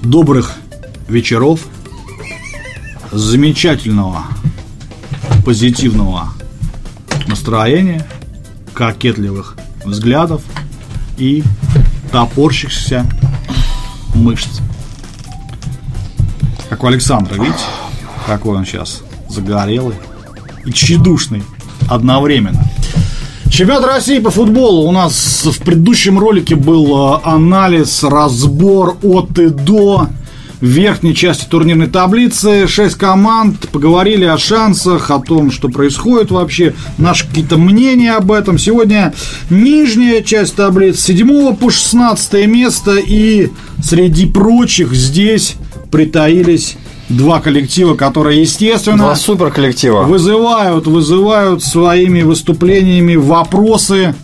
добрых вечеров, замечательного позитивного настроения, кокетливых взглядов и топорщихся мышц. Как у Александра, видите, какой он сейчас загорелый и тщедушный одновременно. Чемпионат России по футболу. У нас в предыдущем ролике был анализ, разбор от и до верхней части турнирной таблицы. 6 команд. Поговорили о шансах, о том, что происходит вообще, наши какие-то мнения об этом. Сегодня нижняя часть таблицы, с 7 по 16 место. И среди прочих здесь притаились два коллектива, которые, естественно, два суперколлектива вызывают своими выступлениями вопросы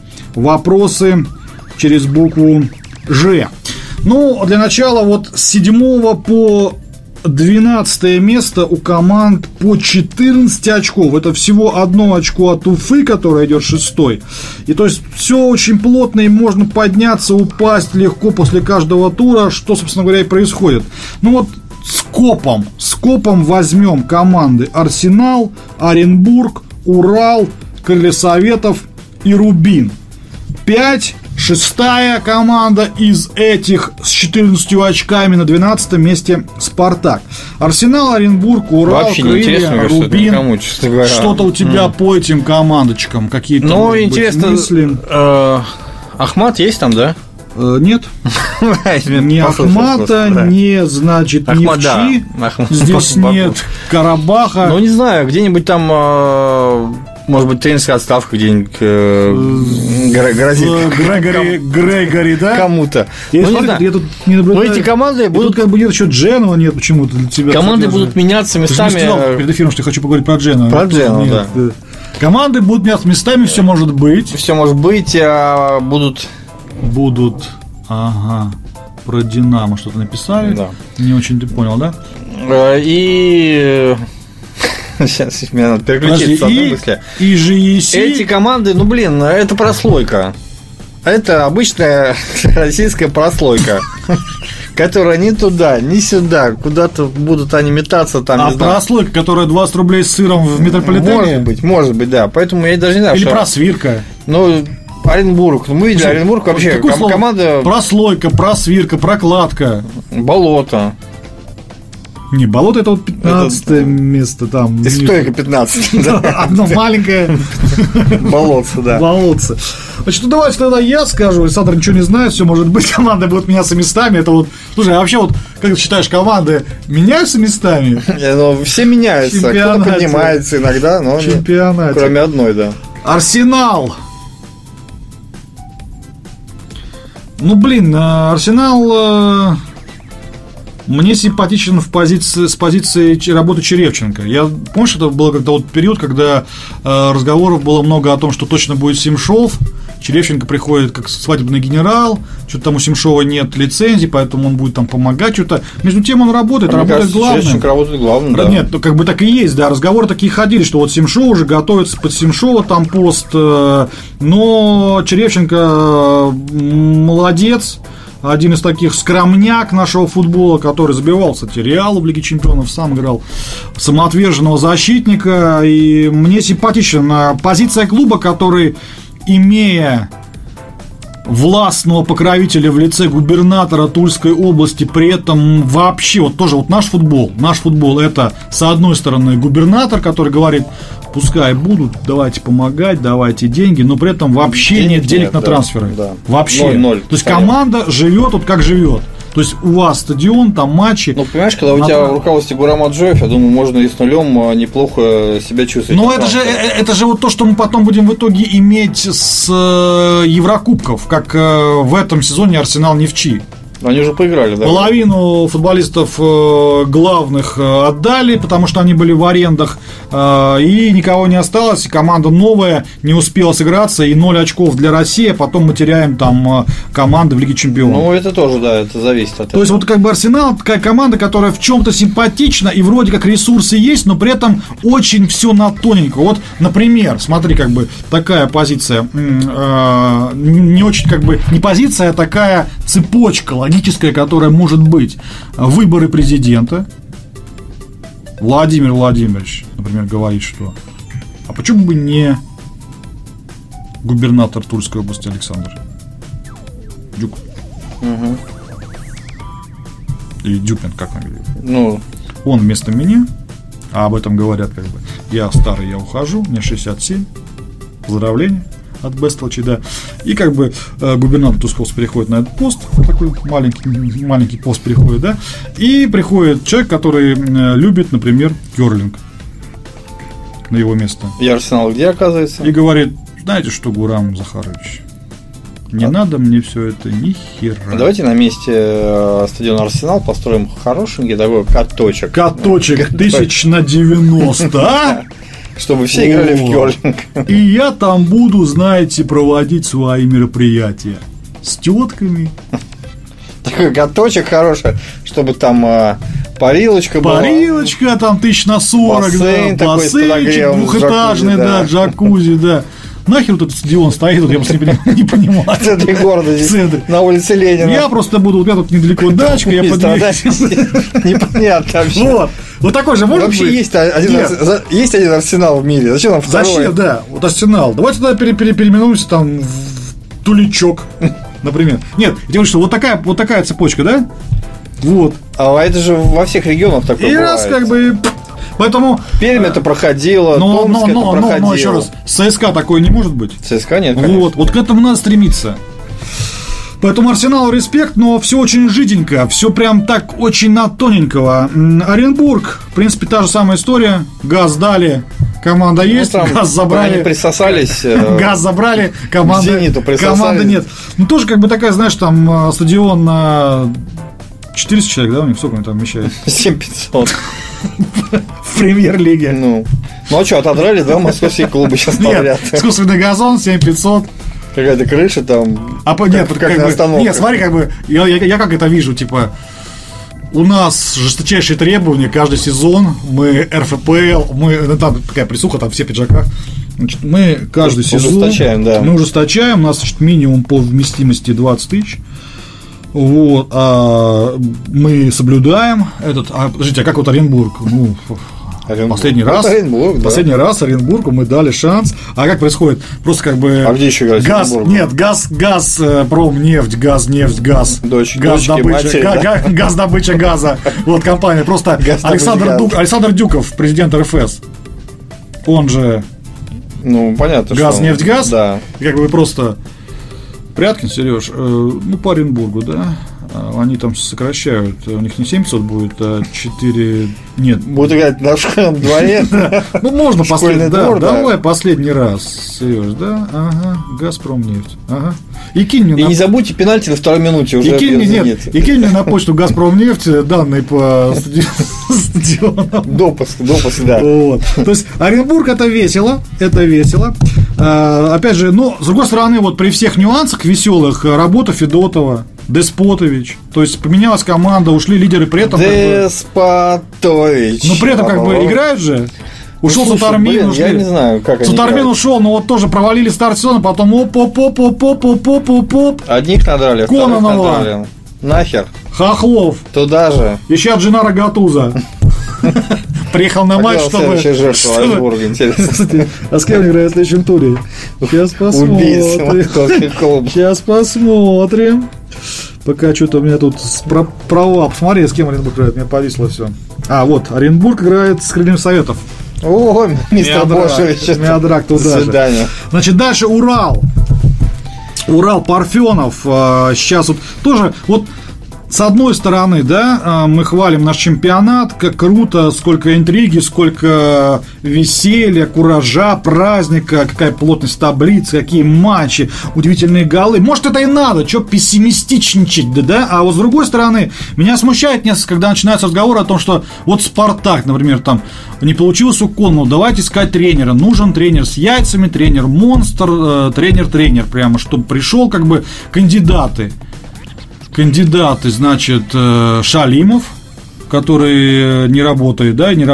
через букву «Ж». Ну, для начала, вот с 7 по 12 место у команд по 14 очков. Это всего одно очко от Уфы, которая идет 6-й. И то есть все очень плотно, и можно подняться, упасть легко после каждого тура, что, собственно говоря, и происходит. Ну вот, скопом возьмем команды Арсенал, Оренбург, Урал, Крылья-Советов и Рубин. 5, 6-я команда из этих с 14 очками, на 12 месте Спартак. Арсенал, Оренбург, Урал, вообще Крылья, Рубин. Никому, что-то у тебя по этим командочкам? Какие-то, ну, интересно, мысли? Ахмат есть там, да? Нет. Ни Ахмата, ни, значит, Невчи. Здесь нет Карабаха. Ну, не знаю, где-нибудь там, может быть, тренерская отставка где-нибудь грозит. Грегори, да? Кому-то. Я тут не наблюдаю. Но эти команды будут... Тут как бы нет еще Дженова, нет почему-то для тебя. Команды будут меняться местами. Ты же не сказал перед эфиром, что я хочу поговорить про Дженова. Про Дженова, да. Команды будут меняться местами, все может быть. Все может быть, а будут, ага, про Динамо что-то написали. Да. Не очень ты понял, да? И сейчас мне надо переключиться с одной мысли. И ЖЕСИ. Эти команды, ну блин, это прослойка. Это обычная российская прослойка, которая ни туда, ни сюда, куда-то будут они метаться там. А прослойка, которая 20 рублей с сыром в метрополитене? Может быть, да. Поэтому я даже не знаю. Или просвирка. Ну, Оренбург. Мы видели Оренбург вообще. Команда. Прослойка, просвирка, прокладка. Болото. Не, болото — это вот 15 место там. И стойка 15. Одно маленькое болотце, да. Болотце. Значит, ну давайте тогда я скажу. Александр ничего не знает, все может быть. Команды будут меняться местами. Это вот. Слушай, а вообще вот, как ты считаешь, команды меняются местами? Ну, все меняются. Кто-то поднимается иногда, но кроме одной, да. Арсенал. Ну, блин, Арсенал мне симпатичен с позиции работы Черевченко. Помнишь, это был когда вот период, когда разговоров было много о том, что точно будет Семшов. Черевченко приходит как свадебный генерал, что-то там у Семшова нет лицензии, поэтому он будет там помогать что-то. Между тем он работает, работает главным. Черевченко работает главным, да. Нет, ну как бы так и есть, да, разговоры такие ходили, что вот Семшов уже готовится под Семшова там пост, но Черевченко молодец. Один из таких скромняк нашего футбола, который забивал, кстати, Реалу в Лиге Чемпионов, сам играл самоотверженного защитника. И мне симпатична позиция клуба, который, имея властного покровителя в лице губернатора Тульской области, при этом вообще, вот тоже вот наш футбол это, с одной стороны, губернатор, который говорит: пускай будут, давайте помогать, давайте деньги, но при этом вообще нет денег на трансферы. Да. Вообще. 0-0. То есть команда живет вот как живет. То есть у вас стадион, там матчи. Ну, понимаешь, когда у тебя в руководстве Гурам Аджоев, я думаю, можно и с нулем неплохо себя чувствовать. Но это же вот то, что мы потом будем в итоге иметь с Еврокубков, как в этом сезоне Арсенал Невчи. Они уже поиграли, да? Половину футболистов главных отдали, потому что они были в арендах, и никого не осталось, и команда новая не успела сыграться, и 0 очков для России, а потом мы теряем там команды в Лиге Чемпионов. Ну, это тоже, да, это зависит от этого. То есть, вот как бы Арсенал такая команда, которая в чем-то симпатична, и вроде как ресурсы есть, но при этом очень все на тоненько. Вот, например, смотри, как бы такая позиция, не очень как бы, не позиция, а такая цепочка логическое, которое может быть. Выборы президента. Владимир Владимирович, например, говорит, что а почему бы не губернатор Тульской области Александр Дюков? Угу. Или Дюпин, как он говорит. Ну. Он вместо меня, а об этом говорят как бы: я старый, я ухожу, мне 67, поздравления от Бестолчи, да. И как бы губернатор Тульской области переходит на этот пост, такой маленький пост переходит, да, и приходит человек, который любит, например, кёрлинг на его место. И Арсенал где оказывается? И говорит: знаете что, Гурам Захарович, не надо мне все это ни хера. Давайте на месте стадиона Арсенал построим хорошенький такой каточек. Каточек 1000/90, а? Чтобы все играли в кёрлинг. И я там буду, знаете, проводить свои мероприятия с тетками. Такой каточек хороший, чтобы там парилочка была. Парилочка там 1000/40, бассейн, да, бассейнчик двухэтажный, да, джакузи, да. Нахер вот этот стадион стоит, вот я просто не понимаю. В центре города, здесь, на улице Ленина. Я просто буду, у меня тут недалеко дачка, я подъезжаю. Непонятно вообще. Вот такой же может быть. Вообще есть один Арсенал в мире. Зачем нам второй? Зачем, да, вот Арсенал. Давайте тогда переименуемся там в Туличок, например. Нет, я говорю, что вот такая цепочка, да? Вот. А это же во всех регионах такое бывает. И раз как бы... Поэтому... Пермь это проходило, Томск это проходило. Но еще раз, ЦСКА такое не может быть. ЦСКА нет, конечно. Вот к этому надо стремиться. Поэтому Арсеналу респект, но все очень жиденько, все прям так очень на тоненького. Оренбург, в принципе, та же самая история. Газ дали, команда есть, газ забрали. Они присосались. Газ забрали, команды нет. Ну, тоже как бы такая, знаешь, там стадион на 400 человек, да, у них сколько они там вмещают? 7500. В премьер-лиге. Ну а что, отодрали, да, московские клубы сейчас подряд. Искусственный газон, 7500. Какая-то крыша там. Нет, нет, смотри, как бы, я как это вижу, типа, у нас жесточайшие требования каждый сезон, мы РФПЛ, там такая присуха, там все в пиджаках. Значит, мы каждый сезон мы ужесточаем, у нас, значит, минимум по вместимости 20 тысяч. Вот, мы соблюдаем этот. Подождите, а как вот Оренбург? Ну, последний раз Оренбургу мы дали шанс. А как происходит? Просто как бы. А где еще играть? Газ, промнефть, газ, добыча газа. Вот компания. Просто Александр Дюков, президент РФС. Он же. Ну, понятно. Газ. Да. Как бы просто. Пряткин, Сереж, по Оренбургу, да, они там сокращают, у них не 700 будет, а 4, нет. Будут играть на школьном дворе. Ну, можно последний, да, давай последний раз, Сереж, да, ага, Газпромнефть, ага. И кинь мне. И не забудьте пенальти на второй минуте уже. И кинь мне на почту Газпромнефть данные по стадионам. Допуск, да. Вот. То есть Оренбург это весело. Опять же, но с другой стороны, вот при всех нюансах веселых, работа Федотова, Деспотович, то есть поменялась команда, ушли лидеры, при этом. Деспотович. Но при этом как бы играют же. Ушел Сутармин, я не знаю, как они Сутармин ушел, но вот тоже провалили старт сезона, потом оп. Одних надрали, Кононова. Нахер. Хохлов. Туда же. Еще Джинара Гатуза. Приехал на матч, чтобы... Интересно. А с кем играет в следующем туре? Сейчас посмотрим. Пока что-то у меня тут права. Посмотри, с кем Оренбург играет. Мне повисло все. Вот, Оренбург играет с Крыльями Советов. О, мистер Бошевич. Миадрак туда же. Значит, дальше Урал, Парфенов. Сейчас вот тоже... Вот с одной стороны, да, мы хвалим наш чемпионат, как круто, сколько интриги, сколько веселья, куража, праздника, какая плотность таблиц, какие матчи, удивительные голы. Может, это и надо, что пессимистичничать, да? А вот с другой стороны, меня смущает несколько, когда начинается разговор о том, что вот Спартак, например, там не получилось у Конного, давайте искать тренера. Нужен тренер с яйцами, тренер-монстр, тренер, прямо, чтобы пришел как бы кандидаты, значит, Шалимов, который не работает, да, в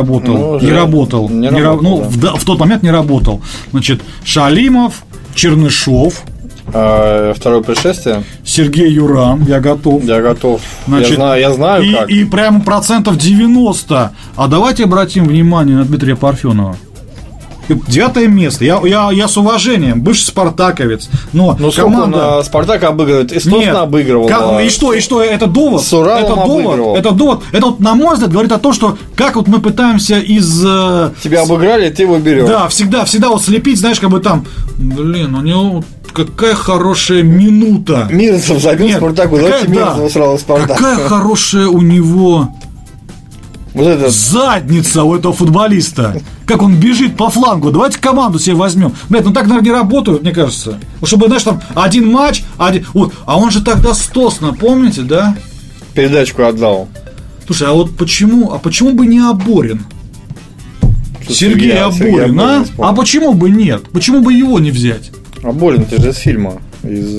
тот момент не работал. Значит, Шалимов, Чернышов, Второе пришествие. Сергей Юран, я готов. Значит, я знаю как. И прямо 90%. А давайте обратим внимание на Дмитрия Парфенова. 9 место. Я с уважением. Бывший спартаковец. Но команда... Спартак обыгрывает. Эстонно обыгрывал. И что? Это довод? С Уралом обыгрывал. Это довод. Это вот, на мой взгляд, говорит о том, что как вот мы пытаемся из... Тебя обыграли, ты его берешь. Да, всегда вот слепить, знаешь, как бы там... Блин, у него... Какая хорошая минута. Мирзов забил Спартаку. Давайте Мирзова сразу Спартак. Какая хорошая у него вот это... задница у этого футболиста. Как он бежит по флангу. Давайте команду себе возьмем. Блядь, так, наверное, не работают, мне кажется. Чтобы, знаешь, там один матч, Вот. А он же тогда стосно, помните, да? Передачку отдал. Слушай, а вот почему бы не Оборин? Сергей Оборин, а? А почему бы нет? Почему бы его не взять? Оборин, это же из фильма. Из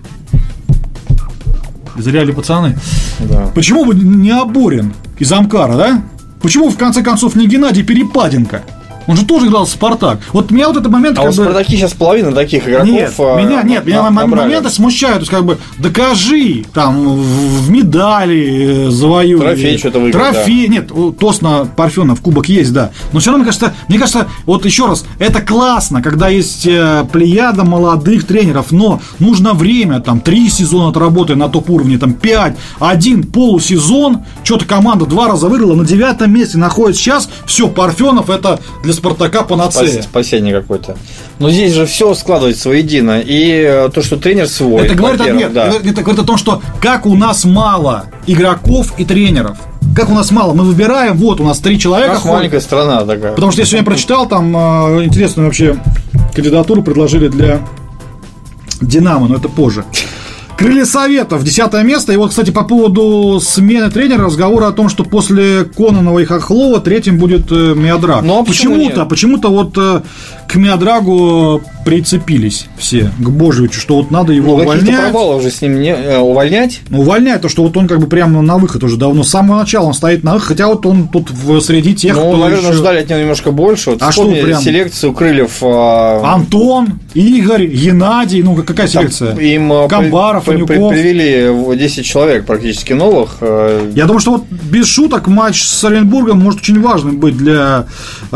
«Реали пацаны». Да. Почему бы не Оборин из Амкара, да? Почему, в конце концов, не Геннадий Перепаденко? Он же тоже играл в «Спартак». Вот меня вот этот момент... А у «Спартаки» сейчас половина таких игроков... Меня моменты смущают. То есть, как бы, докажи, там, в медали завоюй. Трофей что-то выиграл. Трофей, да. Нет, Тосно, Парфенов, кубок есть, да. Но все равно, мне кажется, вот еще раз, это классно, когда есть плеяда молодых тренеров, но нужно время, там, 3 сезона отработай на топ-уровне, там, 5, 1 полусезон, что-то команда 2 раза выиграла, на 9 месте находится сейчас, все, Парфенов, это для «Спартака» панацея. Спасение какое-то. Но здесь же все складывается воедино. И то, что тренер свой. Это говорит о том, что как у нас мало игроков и тренеров. Как у нас мало. Мы выбираем, вот у нас 3 человека. У нас маленькая страна такая. Потому что я сегодня прочитал, там интересную вообще кандидатуру предложили для «Динамо», но это позже. Крылья Советов, 10 место. И вот, кстати, по поводу смены тренера разговора о том, что после Кононова и Хохлова 3-м будет Миодраг. Но почему-то вот к Миодрагу прицепились все, к Божевичу, что вот надо его увольнять. Каких-то провалов уже с ним не увольнять? Увольнять, то, что вот он как бы прямо на выход уже давно, с самого начала он стоит на выход, хотя вот он тут среди тех, кто наверное, ждали от него немножко больше. Вот что прям? Селекцию Крыльев. Антон, Игорь, Геннадий, какая селекция? Им Камбаров, привели 10 человек практически новых. Я думаю, что вот без шуток матч с Оренбургом может очень важным быть для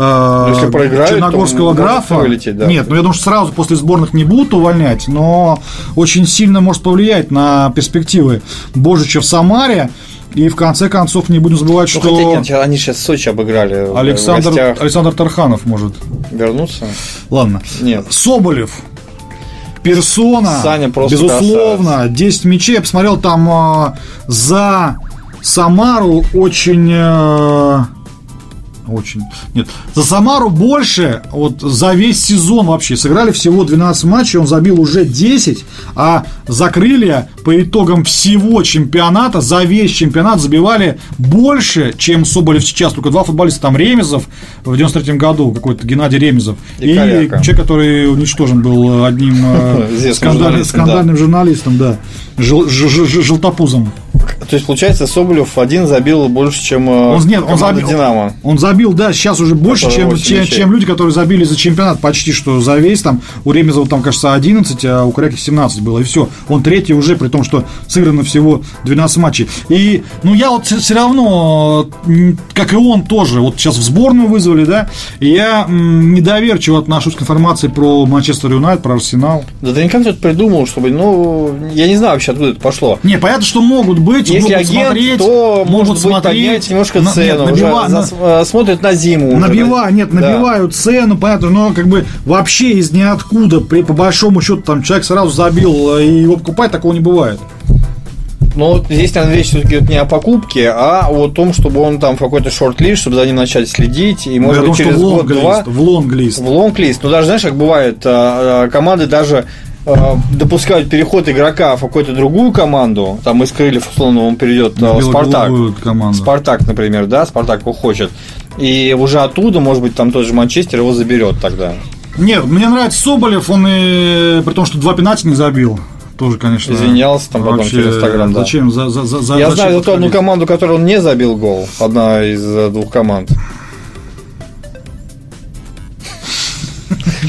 черногорского графа. Вылететь, да. Нет, я думаю, что сразу после сборных не будут увольнять, но очень сильно может повлиять на перспективы Божича в Самаре. И в конце концов не будем забывать, что... Хотя нет, они сейчас в Сочи обыграли. Александр Тарханов может вернуться. Ладно. Нет. Соболев. Персона, Саня просто безусловно, красавец. 10 мячей. Я посмотрел, там за Самару за Самару больше, вот за весь сезон вообще. Сыграли всего 12 матчей, он забил уже 10, а за Крылья по итогам всего чемпионата, за весь чемпионат забивали больше, чем Соболев сейчас. Только 2 футболиста, там Ремезов в 93-м году, какой-то Геннадий Ремезов, и человек, который уничтожен был одним скандальным журналистом, да, желтопузом. То есть, получается, Соболев один забил больше, чем команда «Динамо». Он забил, да, сейчас уже больше, чем люди, которые забили за чемпионат, почти что за весь. Там у Ремезова, там, кажется, 11, а у Кряких 17 было, и все. Он 3-й уже, при том, что сыграно всего 12 матчей. И, я вот все равно, как и он тоже, вот сейчас в сборную вызвали, да, и я недоверчиво отношусь к информации про Манчестер Юнайтед, про Арсенал. Да ты никак кто-то придумал, чтобы, я не знаю вообще, откуда это пошло. Не, понятно, что могут быть, если агент, то могут поднять немножко цену, смотрят на зиму. Набивают цену, понятно, но как бы вообще из ниоткуда, по большому счету, там человек сразу забил, и его покупать, такого не бывает. Но здесь, наверное, речь все-таки не о покупке, а о том, чтобы он там в какой-то шорт-лист, чтобы за ним начать следить, и, может быть, через год-два... В лонг-лист. Ну, даже, знаешь, как бывает, команды даже допускают переход игрока в какую-то другую команду, там из Крыльев, условно, он перейдет в Спартак. Спартак, например, да, Спартак его хочет. И уже оттуда, может быть, там тот же Манчестер его заберет тогда. Нет, мне нравится Соболев, он и при том, что 2 пенальти не забил. Тоже, конечно. Извинялся там потом через Инстаграм, да. Зачем? Я знаю зато одну команду, которую он не забил гол. Одна из 2 команд.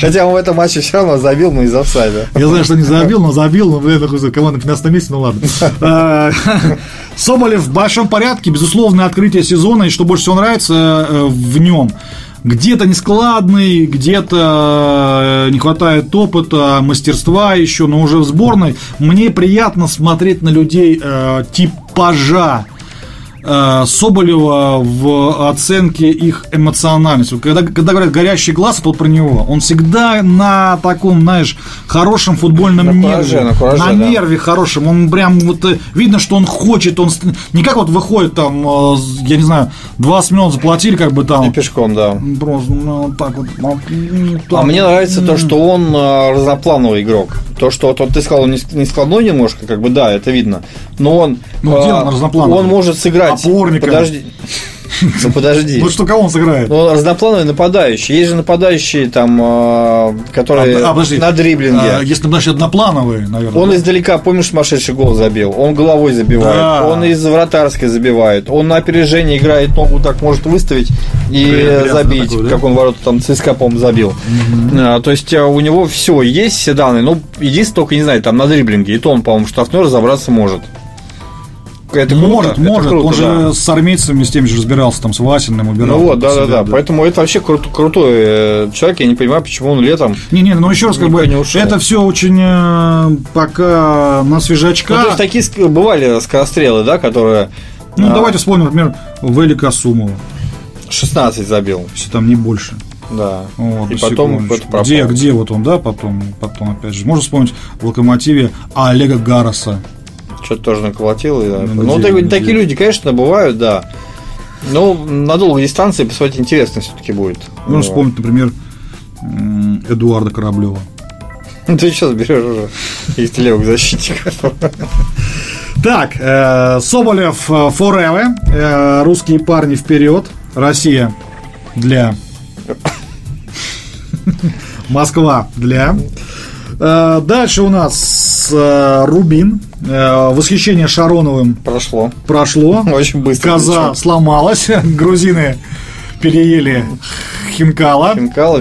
Хотя он в этом матче все равно забил, но из офсайда. Я знаю, что не забил, но команда на 15 месте, ну ладно. Соболев в большом порядке, безусловное открытие сезона, и что больше всего нравится в нем. Где-то нескладный, где-то не хватает опыта, мастерства еще, но уже в сборной. Мне приятно смотреть на людей типажа Соболева в оценке их эмоциональности. Когда говорят «горящий глаз», это вот про него. Он всегда на таком, знаешь, хорошем футбольном нерве. На нерве хорошем. Он прям вот видно, что он хочет. Он не как вот выходит там, я не знаю, 20 миллионов заплатили, как бы там. И пешком, да. Просто, ну, так вот. А мне нравится то, что он разноплановый игрок. То, что вот ты сказал, он не складной немножко, как бы, да, это видно. Но он, он может сыграть. Опорника. Подожди. Ну что, кого он сыграет? Ну, разноплановый нападающий. Есть же нападающие, там, которые на дриблинге. Если нападающие одноплановые, наверное. Он издалека, помнишь, сумасшедший гол забил? Он головой забивает. Да. Он из вратарской забивает. Он на опережение играет, ногу так может выставить и забить, такой, да? Как он ворота там ЦСКА, по-моему, забил. То есть у него все есть, все данные. Ну, единственное, только, не знаю, там на дриблинге. И то он, по-моему, штрафной разобраться может. Это может, это может. Круто, он же с армейцами, с теми же разбирался, там, с Васиным убирал. Ну вот, да. Поэтому это вообще крутой человек. Я не понимаю, почему он летом. Не, ну еще раз, как бы, это все очень пока на свежачка. Ну, то есть такие бывали скорострелы, да, которые. Ну, давайте вспомним, например, Вели Касумова. 16 забил. Если там не больше. Да. Вот, и потом это пропало. Где вот он, да, потом опять же. Можно вспомнить в Локомотиве Олега Гараса. Что-то тоже наколотил. Такие люди, конечно, бывают, да. Но на долгой дистанции посмотреть интересно все-таки будет. Можно вспомнить, например, Эдуарда Кораблева. Ты сейчас берешь уже из левых защитников. Так, Соболев forever. Русские парни вперед. Россия для. Москва для. Дальше у нас Рубин. Восхищение Шароновым прошло. Очень быстро. Коза сломалась. Грузины переели Хинкала.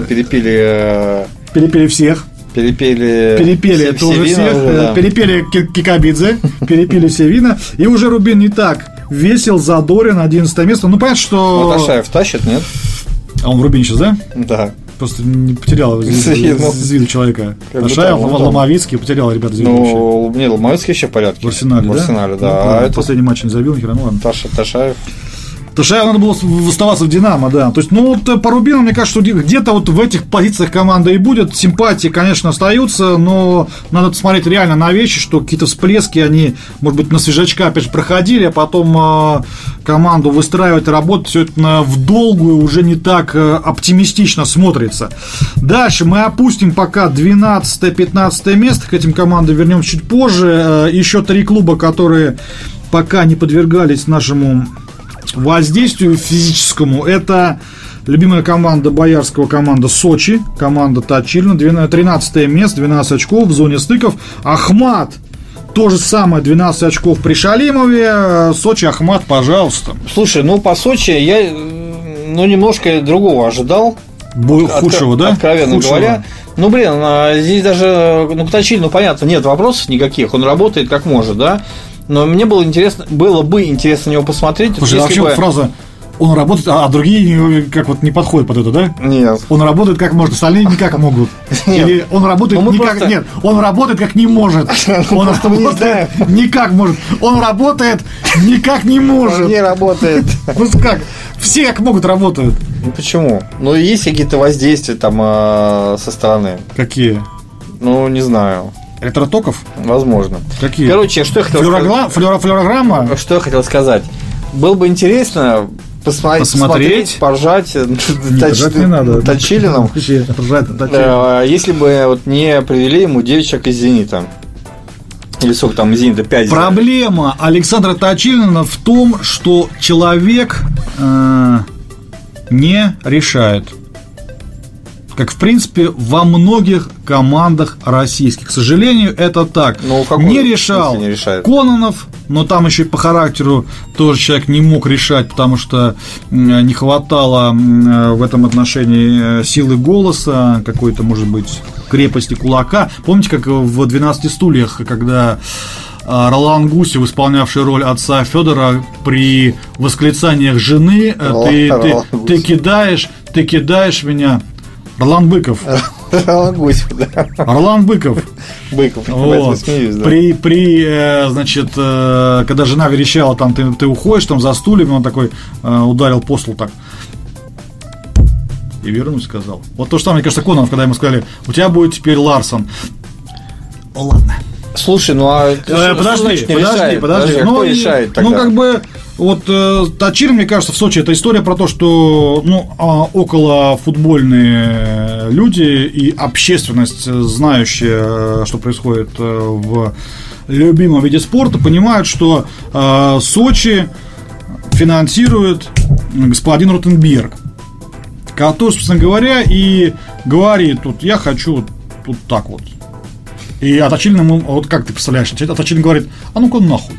Перепили всех. Перепели тоже всех. Да. Перепели Кикабидзе. Перепили все вина. И уже Рубин не так весел, задорен, 11 место. Ну, понятно, что... Вот Ашаев тащит, нет? А он в Рубине сейчас, да? Да. Просто не потерял из виду человека. Ашаев, Ломовицкий потерял, ребята, из виду вообще. Нет, Ломовицкий еще в порядке. В Арсенале, да. Ну, последний матч не забил, нихера, ну ладно. Ташаев надо было оставаться в «Динамо», да. То есть, ну, вот по Рубину, мне кажется, что где-то вот в этих позициях команда и будет. Симпатии, конечно, остаются, но надо смотреть реально на вещи, что какие-то всплески, они, может быть, на свежачка опять же проходили, а потом команду выстраивать, работать, все это в долгую уже не так оптимистично смотрится. Дальше мы опустим пока 12-15 место, к этим командам вернемся чуть позже. Еще 3 клуба, которые пока не подвергались нашему воздействию физическому. Это любимая команда Боярского, команда Сочи, команда Точилина, 13 место, 12 очков в зоне стыков. Ахмат, то же самое, 12 очков при Шалимове. Сочи, Ахмат, пожалуйста. Слушай, ну по Сочи я немножко другого ожидал. Худшего, да? Откровенно говоря. Ну, блин, здесь даже по Точилину, понятно, нет вопросов никаких. Он работает как может, да? Но мне было бы интересно на него посмотреть. Слушай, вообще фраза «он работает», а другие как вот не подходят под это, да? Нет. Он работает как может, остальные никак могут. Или он работает никак. Нет, он работает как не может. Он работает никак может. Он работает никак не может. Не работает. Ну как? Все как могут работают. Ну почему? Ну есть какие-то воздействия там со стороны. Какие? Ну не знаю. Электротоков? Возможно. Какие? Короче, что я хотел сказать. Флюорограмма? Что я хотел сказать. Было бы интересно посмотреть, поржать Точилином. Если бы вот не привели ему 9 человек из «Зенита». Или сколько там из «Зенита», 5. Проблема Александра Точилина в том, что человек не решает. Как, в принципе, во многих командах российских. К сожалению, это так. Не решал Кононов, но там еще и по характеру тоже человек не мог решать, потому что не хватало в этом отношении силы голоса, какой-то, может быть, крепости кулака. Помните, как в «12 стульях», когда Ролан Гусев, исполнявший роль отца Федора, при восклицаниях жены ты кидаешь меня. Роland Быков. Ролан Гусев, да. Роland Быков. Вот. Смеюсь, да. Значит, когда жена верещала, там ты уходишь там за стульями, он такой ударил по столу так. И вернусь, сказал. Вот то же самое, мне кажется, Кононов, когда ему сказали, у тебя будет теперь Ларсон. Ладно. Слушай, ну а подожди. Кто решает тогда? Ну, как бы, вот Точилин, мне кажется, в Сочи это история про то, что около футбольные люди и общественность, знающая, что происходит в любимом виде спорта, понимают, что Сочи финансирует господин Ротенберг, который, собственно говоря, и говорит, тут я хочу тут так вот. И Точилин ему, вот как ты представляешь, Точилин говорит, а ну-ка нахуй.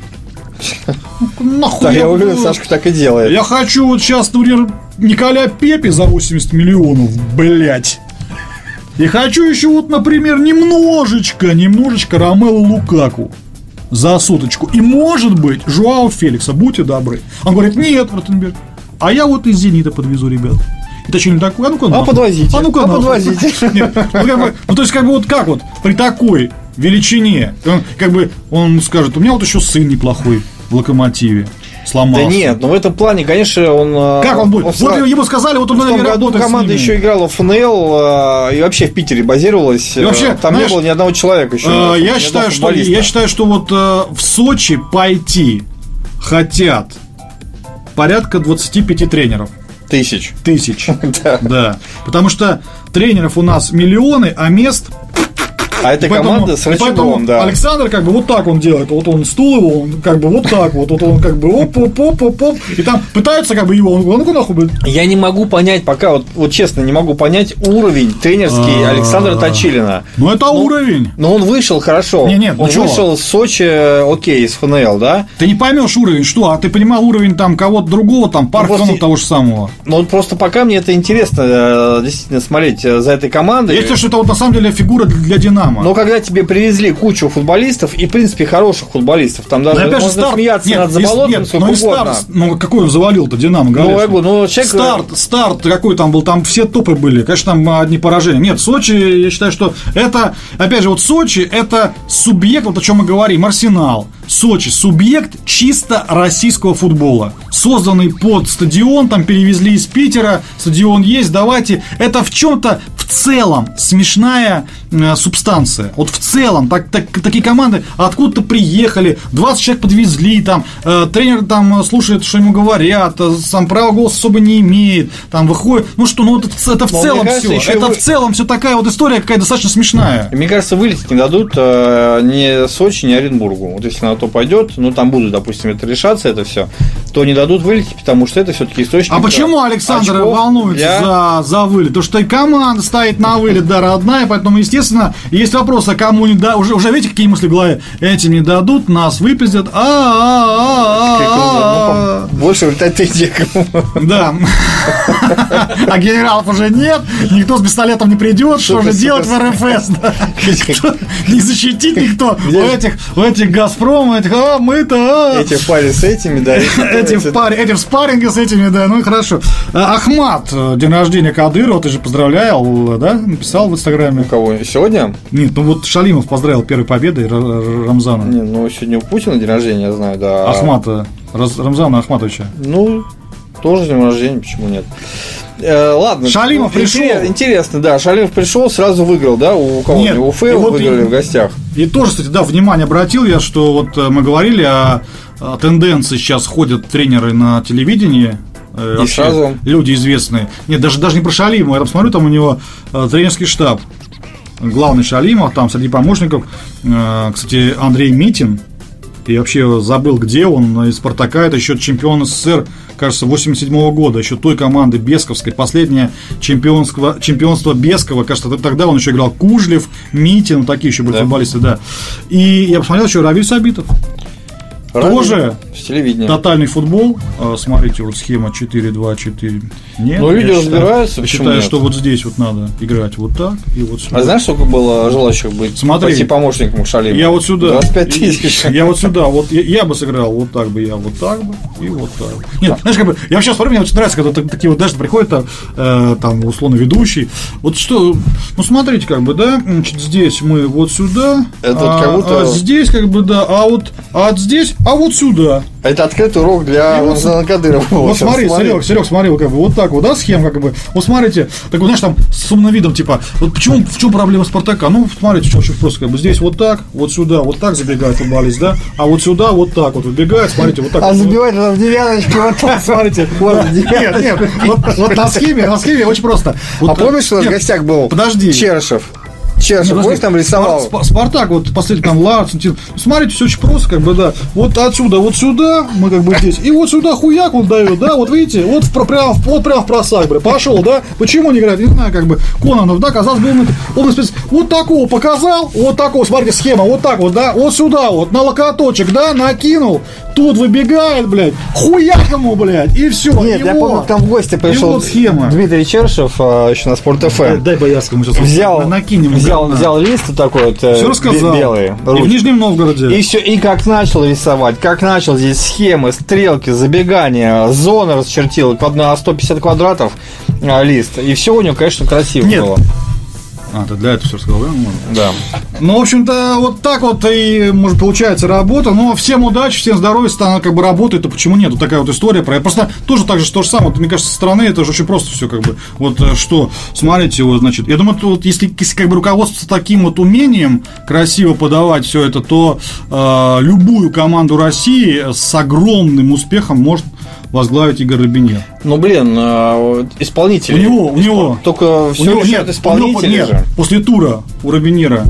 Да, я уверен, Сашка так и делает. Я хочу вот сейчас, например, Николя Пепе за 80 миллионов, блять. И хочу еще вот, например, немножечко Ромелу Лукаку за соточку. И, может быть, Жуао Феликса, будьте добры. Он говорит, нет, Ротенберг, а я вот из «Зенита» подвезу, ребят. И Точилин такой, а ну-ка нахуй. Подвозите. Подвозите. То есть, как бы вот как вот при такой величине, он скажет, у меня вот еще сын неплохой в «Локомотиве». Сломался. Да нет, но в этом плане, конечно, он... Как он будет? Вот ему сказали, вот он, наверное, работает с ними. Команда еще играла в ФНЛ и вообще в Питере базировалась. И вообще, там не было ни одного человека еще. Я считаю, что вот в Сочи пойти хотят порядка 25 тренеров. Тысяч. Да. Потому что тренеров у нас миллионы, а мест... А это команда с рычагом, да. Александр как бы вот так он делает. Вот он стул его, он как бы вот так вот. Вот он как бы оп. И там пытаются как бы его, он ну-ка нахуй, блин. Я не могу понять пока, вот честно, не могу понять уровень тренерский Александра Точилина. Ну это уровень. Но он вышел хорошо. Нет, он вышел с Сочи, окей, из ФНЛ, да? Ты не поймешь уровень, что? А ты понимал уровень там кого-то другого, там Парфенова того же самого. Ну вот просто пока мне это интересно действительно смотреть за этой командой. Я считаю, что это вот на самом деле фигура для «Динамо». Но когда тебе привезли кучу футболистов, и, в принципе, хороших футболистов, там даже можно смеяться над Заболотным, сколько угодно. Ну, какой он завалил-то «Динамо», Старт какой там был, там все топы были, конечно, там одни поражения. Нет, Сочи, я считаю, что это, опять же, вот Сочи, это субъект, вот о чем мы говорим, Арсенал. Сочи, субъект чисто российского футбола, созданный под стадион, там перевезли из Питера, стадион есть, давайте. Это в чем-то в целом смешная субстанция. Вот в целом такие команды откуда-то приехали, 20 человек подвезли, там тренер там слушает, что ему говорят, сам права голоса особо не имеет, там выходит, это в целом все. Это в целом все такая вот история какая-то достаточно смешная. Мне кажется, вылететь не дадут ни Сочи, ни Оренбургу. Вот если на то пойдет, там будут, допустим, это решаться, это все, то не дадут вылететь, потому что это все-таки источник. А почему Александр волнуется за вылет? Потому что и команда стоит на вылет, да, родная, поэтому, естественно, есть вопрос, а кому не дадут. Уже видите, какие мысли в голове? Этим не дадут, нас выпиздят. Больше улетать-то некому. Да. А генералов уже нет, никто с пистолетом не придет, что же делать в РФС? Не защитить никто у этих «Газпром», мы-то... Эти в паре с этими, да. Эти в спарринге с этими, да, ну и хорошо. Ахмат, день рождения Кадырова, ты же поздравлял, да? Написал в Инстаграме. У кого? Сегодня? Нет, ну вот Шалимов поздравил первой победой Рамзана. Не, ну сегодня у Путина день рождения, я знаю, да. Ахмата, Рамзана Ахматовича. Ну, тоже день рождения, почему нет? Ладно. Шалимов пришел. Интересно, да. Шалимов пришел, сразу выиграл, да, у кого? Нет, у Уфы выиграли в гостях. И тоже, кстати, да, внимание обратил я, что вот мы говорили о тенденции, сейчас ходят тренеры на телевидении. И сразу люди известные. Нет, даже не про Шалимова. Я там смотрю, там у него тренерский штаб. Главный Шалимов, там среди помощников, кстати, Андрей Митин. И вообще забыл, где он, из «Спартака», это еще чемпион СССР, кажется, 87 года, еще той команды Бесковской, последнее чемпионство Бескова, кажется, тогда он еще играл Кужлев, Митин, такие еще были футболисты, да. И я посмотрел еще Равиль Сабитов. Тоже тотальный футбол. Смотрите, вот схема 4-2-4. Нет, ну, люди разбираются. Я считаю, что вот здесь вот надо играть вот так и вот сюда. А знаешь, сколько было желающих быть? Смотри, помощником Шалима? Я вот сюда. 25 тысяч. Я вот сюда. Вот я бы сыграл вот так бы, я вот так бы и вот так бы. Нет, знаешь, как бы, я вообще смотрю, мне очень нравится, когда такие вот даже приходят там условно ведущий. Вот что, ну смотрите, как бы, да, значит, здесь мы вот сюда. Это как будто... здесь, как бы, да, а здесь, а вот сюда. Это открытый урок для Рамзана Кадырова. Вот смотри, Серег, смотри, как бы, вот так вот, да, схема, как бы. Вот смотрите, так вот, знаешь, там с умным видом, типа, вот почему, в чем проблема Спартака? Ну, смотрите, очень просто, как бы, здесь вот так, вот сюда, вот так забегает футболист, да, а вот сюда вот так вот выбегает, смотрите, вот так. А забивает в девяточку, вот так, смотрите. Нет, вот на схеме очень просто. А помнишь, что у нас в гостях был Черышев? Помнишь, там рисовал? Спартак, вот последний там Ларсон. Смотрите, все очень просто, как бы, да. Вот отсюда, вот сюда, мы как бы здесь. И вот сюда хуяк он дает, да, вот видите, вот прям в просак, бля, пошел, да. Почему не играет? Не знаю, как бы, Кононов, да, казалось бы, он вот такого показал, вот такого, смотрите, схема, вот так вот, да, вот сюда вот, на локоточек, да, накинул, тут выбегает, блядь, хуяк ему, блядь, и все. Нет, я помню, там в гости пришел вот схема. Дмитрий Черышев, еще на Спорт ФМ. Дай Боярскому сейчас накинем. Взял лист такой вот белый. И в Нижнем Новгороде. И все, и как начал рисовать, как начал здесь схемы, стрелки, забегания, зоны расчертил на 150 квадратов лист. И все у него, конечно, красиво было. Ты для этого все рассказал, да? Да. Ну, в общем-то, вот так вот и, может, получается работа. Но всем удачи, всем здоровья, если она как бы работает, то почему нет? Вот такая вот история. Просто тоже так же, то же самое. Вот, мне кажется, со стороны это же очень просто все, как бы. Вот что, смотрите, вот, значит, я думаю, вот, если как бы руководствоваться таким вот умением красиво подавать все это, то любую команду России с огромным успехом может возглавить Игорь Робиньер. Ну, блин, исполнители. У него. Только все решают исполнители же. После тура у Робиньера.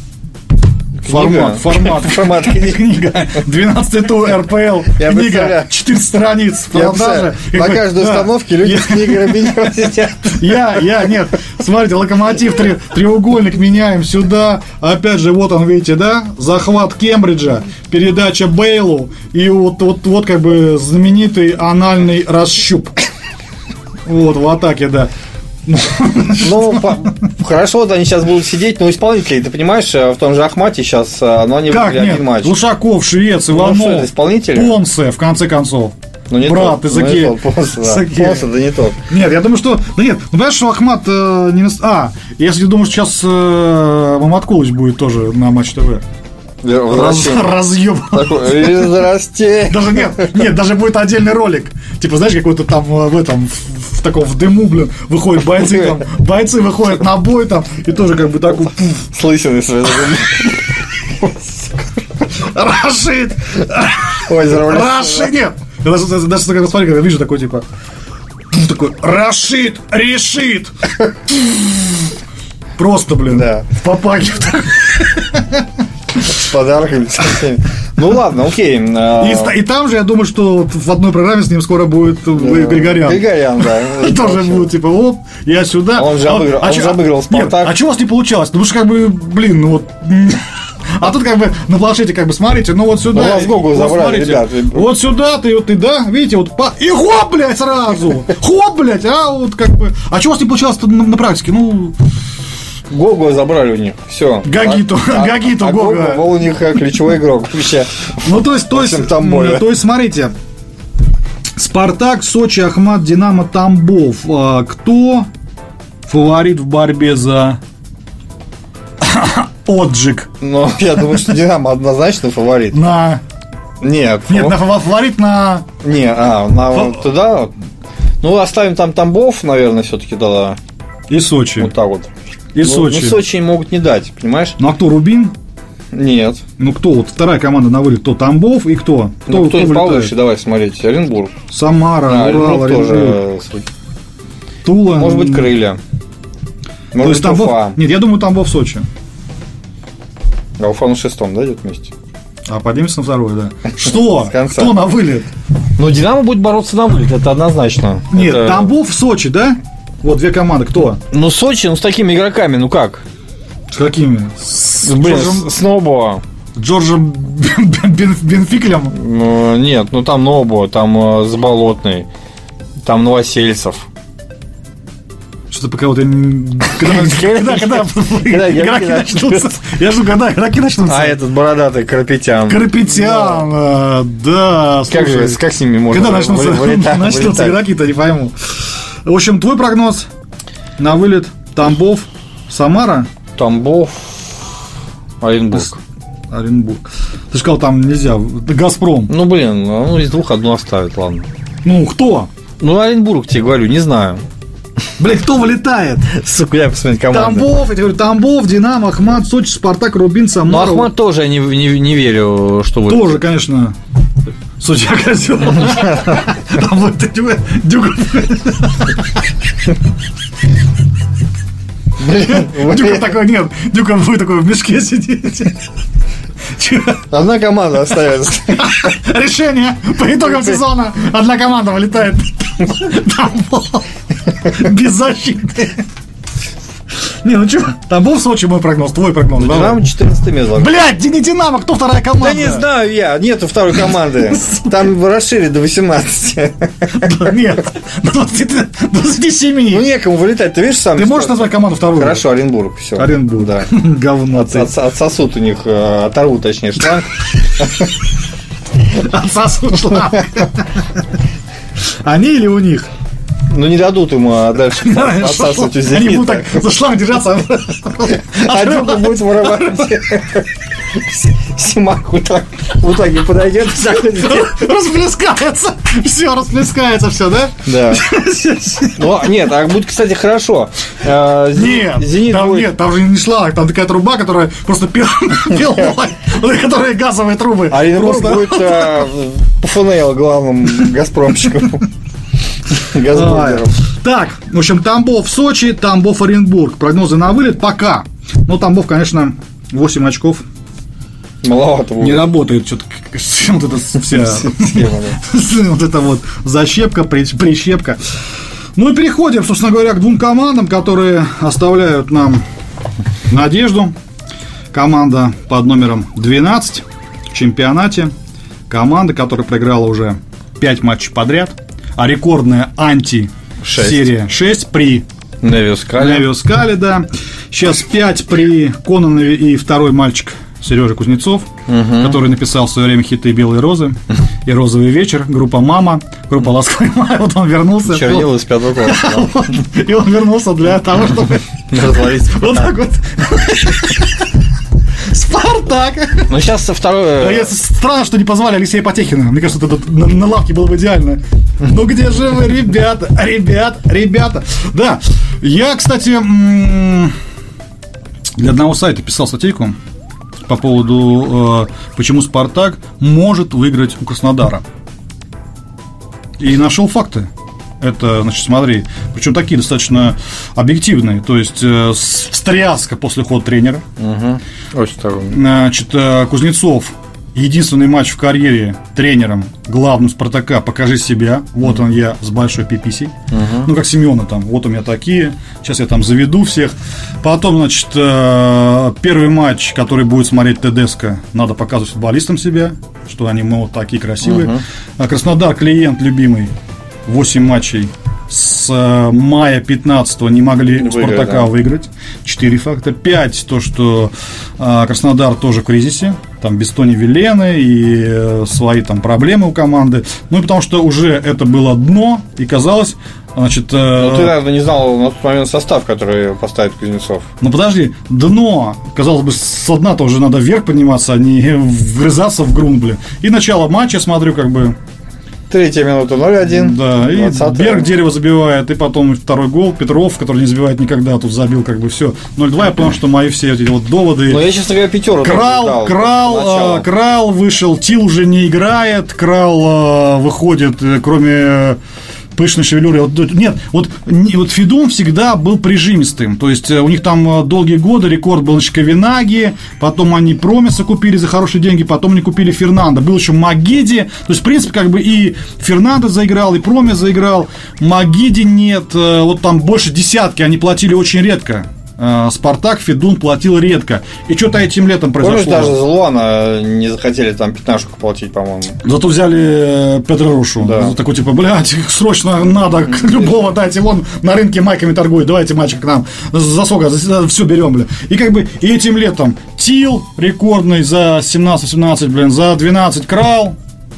Формат книга. 12-й тур РПЛ. Книга 14 страниц продажи. На каждой установке люди с книгой Робиньера сидят. Нет. Смотрите, Локомотив треугольник меняем сюда. Опять же, вот он, видите, да? Захват Кембриджа, передача Бейлу и вот как бы знаменитый анальный расщуп. Вот в атаке, да. Ну, хорошо, вот они сейчас будут сидеть, но исполнители, ты понимаешь, в том же Ахмате сейчас, но они выиграли один матч. Глушаков, Швец, Иванов, Понсе, в конце концов. Ну, не брат, из Оки. Понсе, да не тот. Нет, я думаю, что... Да нет, ну, понимаешь, что Ахмат не... я думаю, что сейчас Маматкулыч будет тоже на Матч ТВ. Разъеб. Здрасте. Даже нет, даже будет отдельный ролик. Типа, знаешь, какой-то там в таком в дыму, блин, выходят бойцы выходят на бой там, и тоже как бы такой с лысиной своей. Рашид! Рашид! Нет! Даже смотри, когда вижу такой, типа, такой, Рашид решит! Просто, блин, в попаге. С подарками, со всеми. Ну ладно, окей. И там же, я думаю, что в одной программе с ним скоро будет Григорян. Григорян, да. Тоже будет, типа, вот, я сюда. Он же обыграл Спартак. А чего у вас не получалось? Потому что, как бы, блин, ну вот... А тут как бы на планшете как бы смотрите, ну вот сюда. У вас Google забрали, ребят. Вот сюда ты, да, видите, вот и хоп, блядь, сразу. Хоп, блядь, а вот как бы. А чего у вас не получалось на практике? Ну. Гого забрали у них. Все. Гагиту Гого. Был у них ключевой игрок вообще. Ну, то есть, смотрите. Спартак, Сочи, Ахмат, Динамо, Тамбов. Кто фаворит в борьбе за отжиг? Ну, я думаю, что Динамо однозначно фаворит. Нет, фаворит на... туда. Ну, оставим там Тамбов, наверное, все-таки тогда. И Сочи. Вот так вот. И Сочи. Ну, Сочи могут не дать, понимаешь? Ну, а кто, Рубин? Нет. Ну, кто? Вот вторая команда на вылет. Кто? Тамбов и кто? Кто повыше, давай смотреть. Оренбург. Самара, Урал, тоже. Тула. Может быть, Крылья. Может быть, Тамбов. Нет, я думаю, Тамбов, Сочи. А Уфа на 6-м, да, идет вместе? А поднимется на второй, да. Что? Кто на вылет? Ну, Динамо будет бороться на вылет, это однозначно. Нет, Тамбов в Сочи, да? Вот две команды, кто? Ну, Сочи, с такими игроками, ну как? С какими? С Нобо. Джорджем Бенфиклем? Ну, нет, там Нобо, там Заболотный, там Новосельцев. Что-то пока вот я... Когда игроки начнутся? Я жду, когда игроки начнутся. А этот бородатый Карапетян, да. Как с ними можно? Когда начнутся игроки-то, не пойму. В общем, твой прогноз на вылет: Тамбов, Самара? Тамбов, Оренбург. Ты сказал, там нельзя. Газпром. Из двух одну оставит, ладно. Кто? Оренбург, тебе говорю, не знаю. Блин, кто вылетает? Сука, я посмотреть команду. Тамбов, я говорю, Тамбов, Динамо, Ахмат, Сочи, Спартак, Рубин, Самара. Ахмат тоже я не верю, что вы. Тоже, конечно. Судья козел. А вот Дюков. Дюков такой, нет. Дюков, вы такой в мешке сидите. Одна команда остается. Решение по итогам сезона. Одна команда вылетает. Тамбов. Без защиты. Тамбов, Сочи, мой прогноз, твой прогноз. Динамо 14 место. Блядь, не Динамо, кто вторая команда? Да не знаю я, нету второй команды. Там расширили до 18. Нет, до 27. Некому вылетать, ты видишь сам. Ты можешь назвать команду вторую? Хорошо, Оренбург, все. Оренбург, да. Говно. Отсосут у них, оторвут, точнее, шланг. Отсосут шланг. Они или у них? Не дадут ему дальше отсасывать у «Зенита». Они будут так за шланг держаться. А Дюка будет воровать. Симак вот так подойдет. Расплескается. Все, да? Да. Нет, а будет, кстати, хорошо. Нет, там же не шланг, там такая труба, которая просто пилой, которые газовые трубы. Оренбург будет по ФНЛ главным газпромщиком. Так, в общем, Тамбов, Сочи, Тамбов, Оренбург. Прогнозы на вылет пока. Тамбов, конечно, 8 очков. Маловато. Не работает что-то вот эта вся вот эта вот защепка, прищепка. И переходим, собственно говоря, к двум командам, которые оставляют нам надежду. Команда под номером 12 в чемпионате. Команда, которая проиграла уже 5 матчей подряд. А рекордная серия 6 при Невиускале, да. Сейчас 5 при Кононове и второй мальчик Сережа Кузнецов, который написал в свое время хиты «Белые розы» и «Розовый вечер», группа «Мама», группа «Ласковый май». Вот он вернулся. Чернила из 5 класса. И он вернулся для того, чтобы вот так вот. Спартак! Сейчас второе... Странно, что не позвали Алексея Потехина. Мне кажется, это на лавке было бы идеально. Где же вы, ребята? Да, я, кстати, для одного сайта писал статейку по поводу, почему Спартак может выиграть у Краснодара. И нашел факты. Это, значит, смотри, причем такие достаточно объективные. То есть встряска после ухода тренера. Очень сторонний. Значит, Кузнецов единственный матч в карьере тренером главным Спартака «Покажи себя». Вот он я с большой пиписей. Как Семёна там. Вот у меня такие. Сейчас я там заведу всех. Потом, значит, первый матч, который будет смотреть Тедеско, надо показывать футболистам себя, что они, вот такие красивые. Краснодар, клиент любимый. 8 матчей с мая 15-го не могли Спартака выиграть. 4 факта. 5 то, что Краснодар тоже в кризисе. Там без Тони Вилены и свои там проблемы у команды. И потому что уже это было дно, и казалось, значит... ты, наверное, не знал на тот момент состав, который поставит Кузнецов. Подожди, дно, казалось бы, со дна-то уже надо вверх подниматься, а не вгрызаться в грунт, блин. И начало матча, смотрю, как бы... 3-я минута 0-1. Да, и Берг дерево забивает, и потом второй гол. Петров, который не забивает никогда, тут забил как бы все. 0-2, я понял, что мои все эти вот доводы. Я, честно говоря, пятерку. Крал вышел, Тил уже не играет, Крал выходит, кроме пышной шевелюрой. Нет, вот Федун всегда был прижимистым. То есть у них там долгие годы рекорд был Шковенаги, потом они Промеса купили за хорошие деньги, потом они купили Фернандо. Был еще Магиди. То есть, в принципе, как бы и Фернандо заиграл, и Промес заиграл. Магиди нет. Вот там больше десятки они платили очень редко. Спартак Федун платил редко. И что-то этим летом произошло. Помнишь, даже за Луана не захотели там 15 платить, по-моему. Зато взяли Петрорушу. Да. Такой типа, блядь, срочно надо любого дайте, вон на рынке майками торгует, давайте мальчик к нам за сколько, все берем, бля. И как бы и этим летом Тил рекордный за 17-17, блин, за 12 Крал.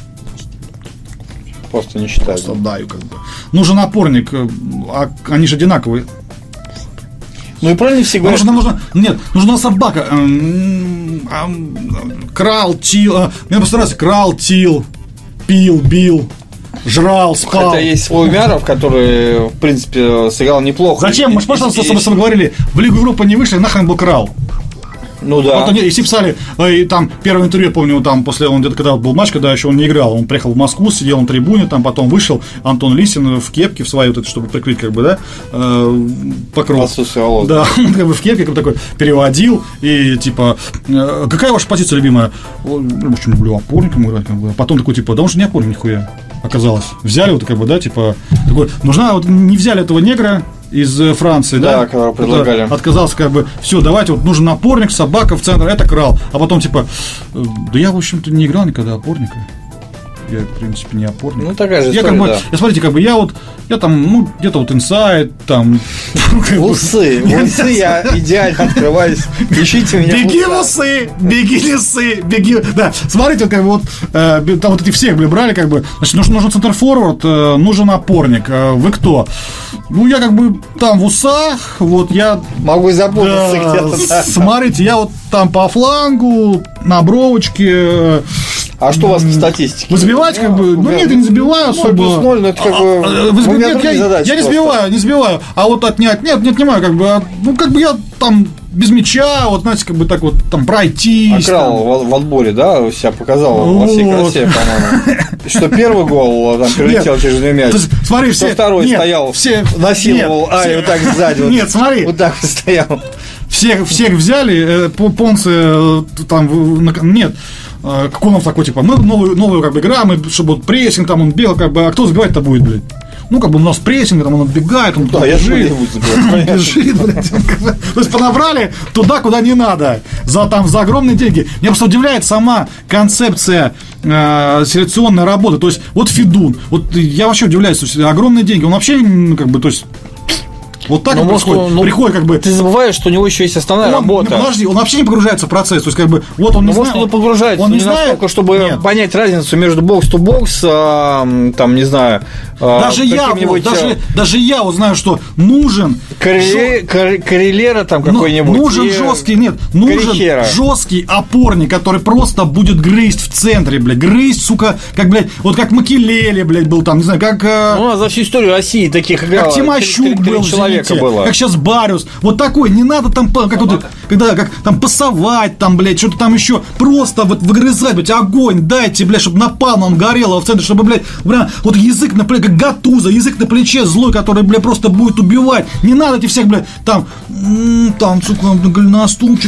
Просто не считаю. Просто даю как бы. Нужен опорник, а они же одинаковые. Ну и правильно все говорят. Нужна собака. Крал, Тил. Мне постарался. Крал, Тил, пил, бил, жрал, спал. Хотя есть свой Умяров, который, в принципе, сыграл неплохо. Зачем? Мы же просто с тобой говорили, в Лигу Европы не вышли, нахрен был Крал. Ну да. Вот они, если писали, и там первое интервью, я помню, там после, он где-то когда был матч, когда еще он не играл, он приехал в Москву, сидел на трибуне, там потом вышел Антон Лисин в кепке в своей, вот это, чтобы прикрыть, как бы, да, покров. Да, он как бы в кепке как бы такой переводил, и типа, какая ваша позиция любимая? Очень люблю опорником играть, как бы. Потом такой, типа, да он же не опорник нихуя, оказалось. Взяли вот, как бы, да, типа, такой, нужна, вот не взяли этого негра из Франции, да, которого предлагали. Отказался, как бы, все, давайте, вот нужен опорник, собака в центр, это Крал. А потом, типа, да я, в общем-то, не играл никогда опорника. Я, в принципе, не опорник. Ну, такая же история, как бы, да. Смотрите, как бы, я там, ну, где-то вот инсайд, там... Усы я идеально открываюсь. Ищите меня. Беги в усы, беги лисы, беги... Да, смотрите, как бы, вот, там вот эти всех, брали, как бы, значит, нужен центрфорвард, нужен опорник. Вы кто? Ну, я, как бы, там в усах, вот, я... Могу и запутаться где-то, да. Смотрите, я вот там по флангу, на бровочке... А что у вас по статистике? Вы забиваете, как бы? Ну нет, я не забиваю особо. 0+0, но это как бы... Я не забиваю. А вот отнять, не отнимаю, как бы. Ну, как бы я там без мяча, вот, знаете, как бы так вот там пройтись. Крал в отборе, да, себя показал во всей красе, по-моему. Что первый гол там прилетел через мяч. Смотри, что второй стоял, насиловал, вот так сзади. Нет, смотри. Вот так стоял. Всех взяли, Понце там, нет. Конов такой, типа, мы новую как бы играем, чтобы вот прессинг, там он бегал, как бы, а кто забивать-то будет, блядь? Ну, как бы у нас прессинг, там он отбегает, он бежит, блядь. То есть понабрали туда, куда не надо, за огромные деньги. Меня просто удивляет сама концепция селекционной работы. То есть, вот Федун, вот я вообще удивляюсь, то есть огромные деньги, он вообще, как бы, то есть. Вот так приходит, как бы. Ты забываешь, что у него еще есть основная работа. Подожди, он вообще не погружается в процесс. То есть, как бы, вот он не знает. Может, он погружается, он не знает, настолько, чтобы понять разницу между бокс-то-бокс, там, не знаю. Даже я вот знаю, что нужен Коррелера там какой-нибудь. Нужен жесткий опорник, который просто будет грызть в центре, блядь. Грызть, сука, как, блядь, вот как Макелеле, блядь, был там, не знаю, как. Ну, а за всю историю России таких играл. Как Тимощук был, человека было. Как сейчас Бариус. Вот такой, не надо там, как там пасовать, там, блядь, что-то там еще. Просто вот выгрызать, блядь, огонь дайте, блядь, чтобы напал, он горел в центре, чтобы, блядь, вот язык на плече, как Гатуза, язык на плече злой, который, блядь, просто будет убивать. Не надо этих всех, блядь, там, сука, на стульчик,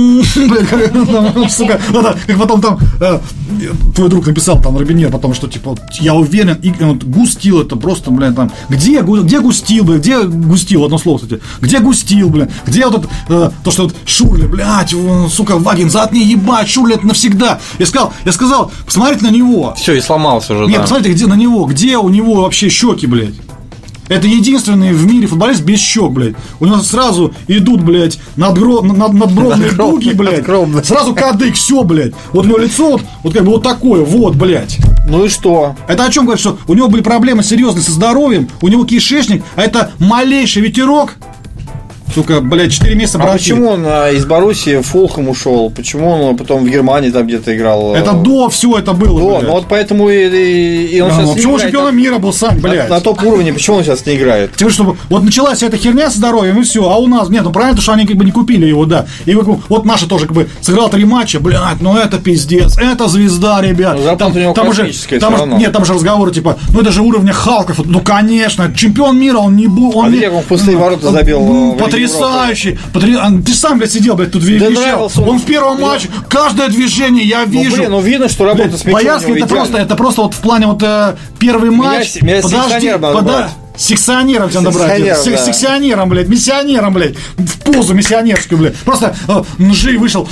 блядь, сука, как потом там твой друг написал, там, Робинер, потом, что, типа, я уверен, и вот Густил, это просто, блядь, там, где Густил, блядь, где Густил, одно слово, кстати, где Густил, блядь, где вот это, то, что вот Шурле, блядь, сука, Вагин, заотни, ебать, Шурле, это навсегда. Я сказал, посмотрите на него. Все, и сломался уже, Нет, посмотрите, где на него, где у него вообще щеки, блядь. Это единственный в мире футболист без щек, блядь. У него сразу идут, блядь, надбровные дуги, блядь. Сразу кадык, все, блядь. Вот у него лицо вот как бы вот такое, вот, блядь. Ну и что? Это о чем говорит, что у него были проблемы серьезные со здоровьем, у него кишечник, а это малейший ветерок. сука, блядь, 4 месяца братья. Почему он из Боруссии в Фулхэм ушел? Почему он потом в Германии там где-то играл? Это до все это было. Ну вот поэтому и он сейчас почему он чемпионом мира был, Сань, блядь? На топ-уровне, почему он сейчас не играет? Тем, чтобы вот началась эта херня со здоровьем, и все. А у нас, нет, ну правильно, что они как бы не купили его, да. И вот Маша тоже как бы сыграл 3 матча, блядь, ну это пиздец, это звезда, ребят. Ну, там же разговоры типа, ну это же уровня Халков, ну конечно, чемпион мира, он не был. А видишь, как он в пустые ворота забил. Потрясающий. Ты сам, блядь, сидел, блядь, тут вещал. Он в первом матче, каждое движение я вижу. Ну видно, что работа с мячом. Боярский это просто вот в плане вот первый матч. Подожди. Секционером тебя набрать. Секционером, блядь, миссионером, блядь. В позу миссионерскую, блядь. Просто Нжи вышел.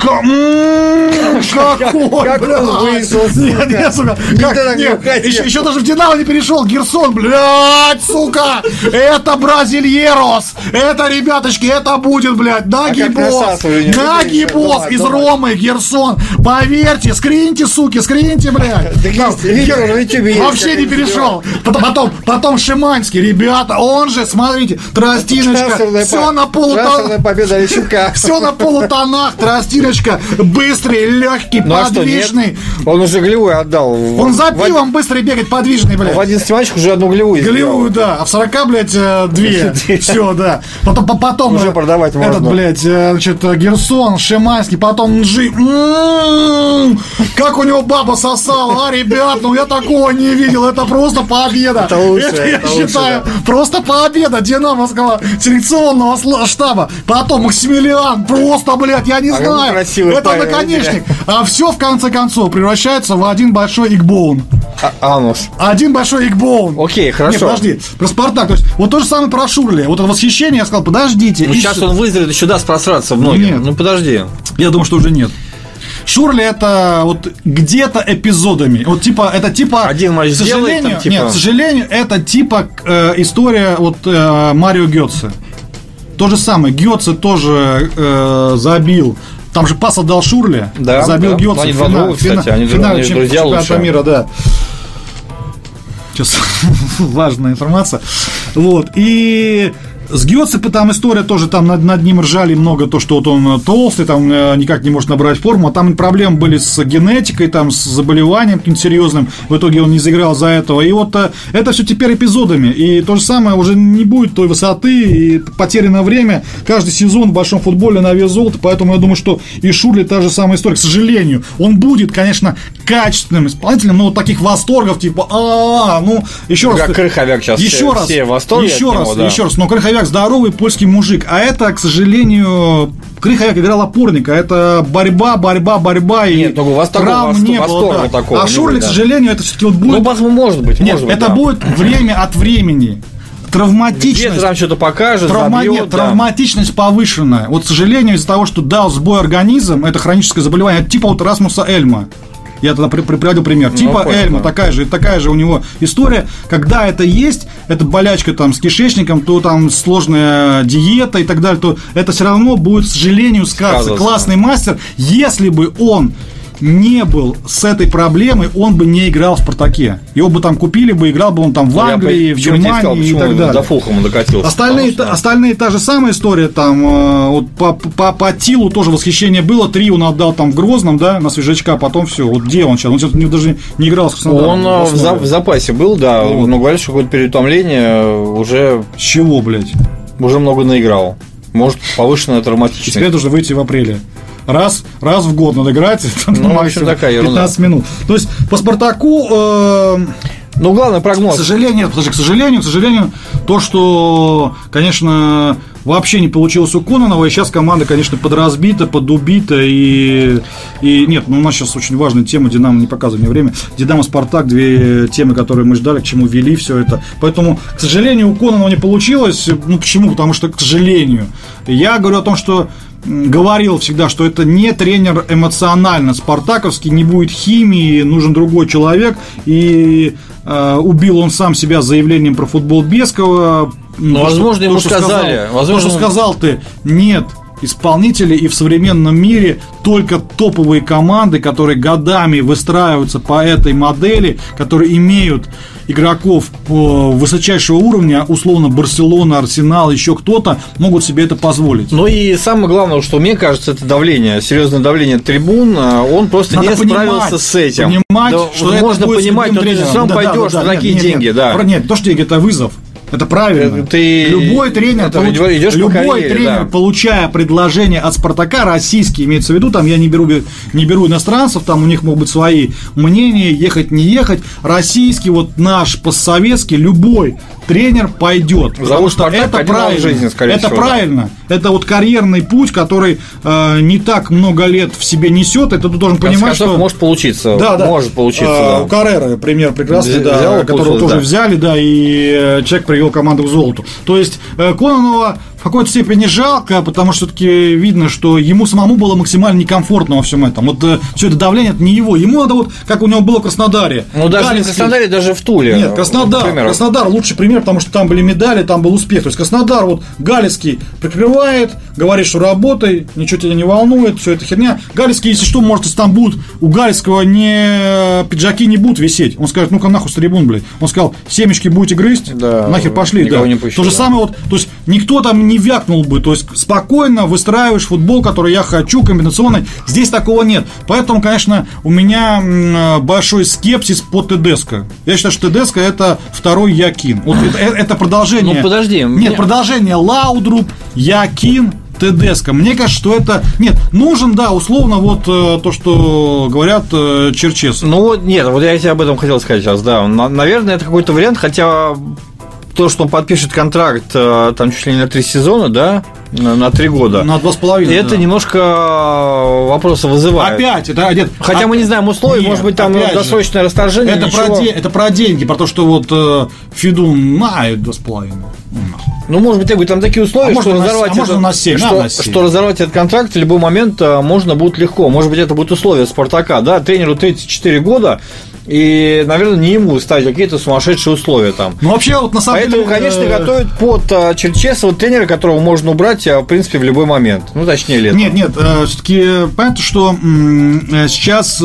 Какой, блядь. Еще даже в Динамо не перешел. Герсон, блядь, сука. Это бразильерос. Это, ребяточки, это будет, блядь. Нагий босс из Ромы, Герсон. Поверьте, скриньте, суки, скриньте, блядь. Вообще не перешел. Потом Шиман. Ребята, он же, смотрите, тростиночка, все на полутонах, все на полутонах, тростиночка, быстрый, легкий, подвижный. Он уже голевую отдал. Он за пивом быстрый бегать, подвижный, блядь. В 11 матчах уже одну голевую сделал. Голевую, да, а в 40, блядь, 2. Все, да. Потом уже продавать можно. Этот, блядь, значит, Герсон, Шиманский, потом Нжи. Как у него баба сосала, ребят, ну я такого не видел, это просто победа. Это лучше. Просто победа Динамовского селекционного штаба. Потом Максимилиан, просто, блядь, я не знаю. Это наконечник. А все в конце концов превращается в один большой игбоун. Анус. Один большой игбоун. Окей, хорошо. Нет, подожди, про Спартак. То есть, вот то же самое про Шурли. Вот это восхищение, я сказал, подождите. Ну, сейчас он выздоровеет, еще даст просраться многим. Нет. Ну, подожди. Я думаю, что уже нет. Шурли это вот где-то эпизодами. Вот типа, это типа. Один матч сделает, там, типа. Нет, к сожалению, это типа история вот Марио Гётце. То же самое. Гётце тоже забил. Там же пас отдал Шурли. Да, забил да. Гётце. Они финал друзья чемпионата мира, да. Сейчас важная информация. Вот. И с Гётце там история тоже, там над ним ржали много, то, что вот он толстый, там никак не может набрать форму, а там проблемы были с генетикой, там с заболеванием каким-то серьезным, в итоге он не заиграл за этого, и вот это все теперь эпизодами, и то же самое, уже не будет той высоты, и потеряно время, каждый сезон в большом футболе на вес золота, поэтому я думаю, что и Шурли та же самая история, к сожалению, он будет, конечно, качественным исполнителем, но вот таких восторгов, типа, ну, еще раз. Как Крыховяк сейчас все в восторге еще раз, но Крыховяк здоровый польский мужик, а это, к сожалению, Крыховяк играл опорника, это борьба, и травм не было, да. А Шурли, к сожалению, это все-таки вот будет. Ну, может быть. Это будет время от времени. Травматичность. Где-то там что-то покажет, травматичность повышенная. Вот, к сожалению, из-за того, что дал сбой организм, это хроническое заболевание, это типа вот Расмуса Эльма. Я тогда приводил пример. Типа Эльма, такая же у него история. Когда это есть, это болячка там с кишечником, то там сложная диета и так далее, то это все равно будет, к сожалению, сказываться. Классный мастер, если бы он не был с этой проблемой, он бы не играл в «Спартаке». Его бы там купили бы, играл бы он там в Англии, в Германии и так далее. До Фулхэма докатился. Остальные та же самая история, там вот по Тилу тоже восхищение было, 3 он отдал там в Грозном, да, на свежачка, потом все, вот где он сейчас? Он сейчас даже не играл с Краснодаром. Он в запасе был, да, вот. Но говорят, что какое-то переутомление уже... С чего, блядь? Уже много наиграл. Может, повышенная травматичность. Теперь должен выйти в апреле. Раз в год надо играть, ну, в общем, такая ерунда. 15 минут. То есть по Спартаку. Ну, главный прогноз. К сожалению, то, что, конечно, вообще не получилось у Кононова, и сейчас команда, конечно, подразбита, подубита, и нет, ну у нас сейчас очень важная тема, Динамо, не показывай мне время, Динамо-Спартак, 2 темы, которые мы ждали, к чему вели все это, поэтому, к сожалению, у Кононова не получилось, ну почему, потому что, к сожалению, я говорю о том, что говорил всегда, что это не тренер эмоционально спартаковский, не будет химии, нужен другой человек, и убил он сам себя заявлением про футбол Бескова. Ну, возможно, ему сказали. То, что сказал ты, нет, исполнители, и в современном мире только топовые команды, которые годами выстраиваются по этой модели, которые имеют игроков высочайшего уровня, условно Барселона, Арсенал, еще кто-то, могут себе это позволить. Ну и самое главное, что мне кажется, это давление, серьезное давление трибун, он просто надо не справился с этим. Понимать, да, что можно это понимать, но ты сам пойдешь на такие деньги. Нет, то, что деньги, это вызов. Это правильно. Любой тренер, получая предложение от Спартака, российский, имеется в виду, там я не беру иностранцев, там у них могут быть свои мнения, ехать, не ехать. Российский, вот наш постсоветский, любой тренер пойдет. Потому что это правильно. Жизни, это всего, правильно. Да. Это вот карьерный путь, который не так много лет в себе несет. Это ты должен понимать, что может получиться. Да. Может получиться. У Каррера пример прекрасный, которого тоже взяли, и человек привел команду к золоту. То есть Кононова в какой-то степени жалко, потому что все-таки видно, что ему самому было максимально некомфортно во всем этом. Вот все это давление, это не его. Ему надо вот, как у него было в Краснодаре. Ну, даже не в Краснодаре, даже в Туле. Нет, Краснодар лучший пример, потому что там были медали, там был успех. То есть Краснодар, вот Галицкий прикрывает, говорит, что работай, ничего тебя не волнует, все это херня. Галицкий, если что, может, если там будут, у Галицкого пиджаки не будут висеть. Он скажет, ну-ка нахуй с трибун, блядь. Он сказал, семечки будете грызть, нахер пошли. Да. Не пущу, то же самое, вот, то есть никто там не вякнул бы, то есть спокойно выстраиваешь футбол, который я хочу, комбинационный. Здесь такого нет. Поэтому, конечно, у меня большой скепсис по Тедеско. Я считаю, что Тедеско это второй Якин. Вот это продолжение. Ну подожди. Нет, продолжение Лаудруб, Якин, Тедеско. Мне кажется, что это... Нет, нужен, да, условно, вот то, что говорят Черчесов. Ну, нет, вот я тебе об этом хотел сказать сейчас, да. Наверное, это какой-то вариант, хотя... То, что он подпишет контракт там чуть ли не на 3 сезона, да, на 3 года. На 2,5. Это немножко вопросы вызывает. Опять, это хотя мы не знаем условий, может быть, там досрочное расторжение. Это про деньги, про то, что вот Федун на 2,5. Ну, может быть, там такие условия, что разорвать этот контракт в любой момент можно будет легко. Может быть, это будет условие Спартака, да, тренеру 34 года. И, наверное, не ему ставить какие-то сумасшедшие условия там. Ну, вообще, вот на самом деле... Поэтому, конечно, готовят под Черчесова тренера, которого можно убрать, в принципе, в любой момент. Ну, точнее, летом. Нет, все-таки понятно, что сейчас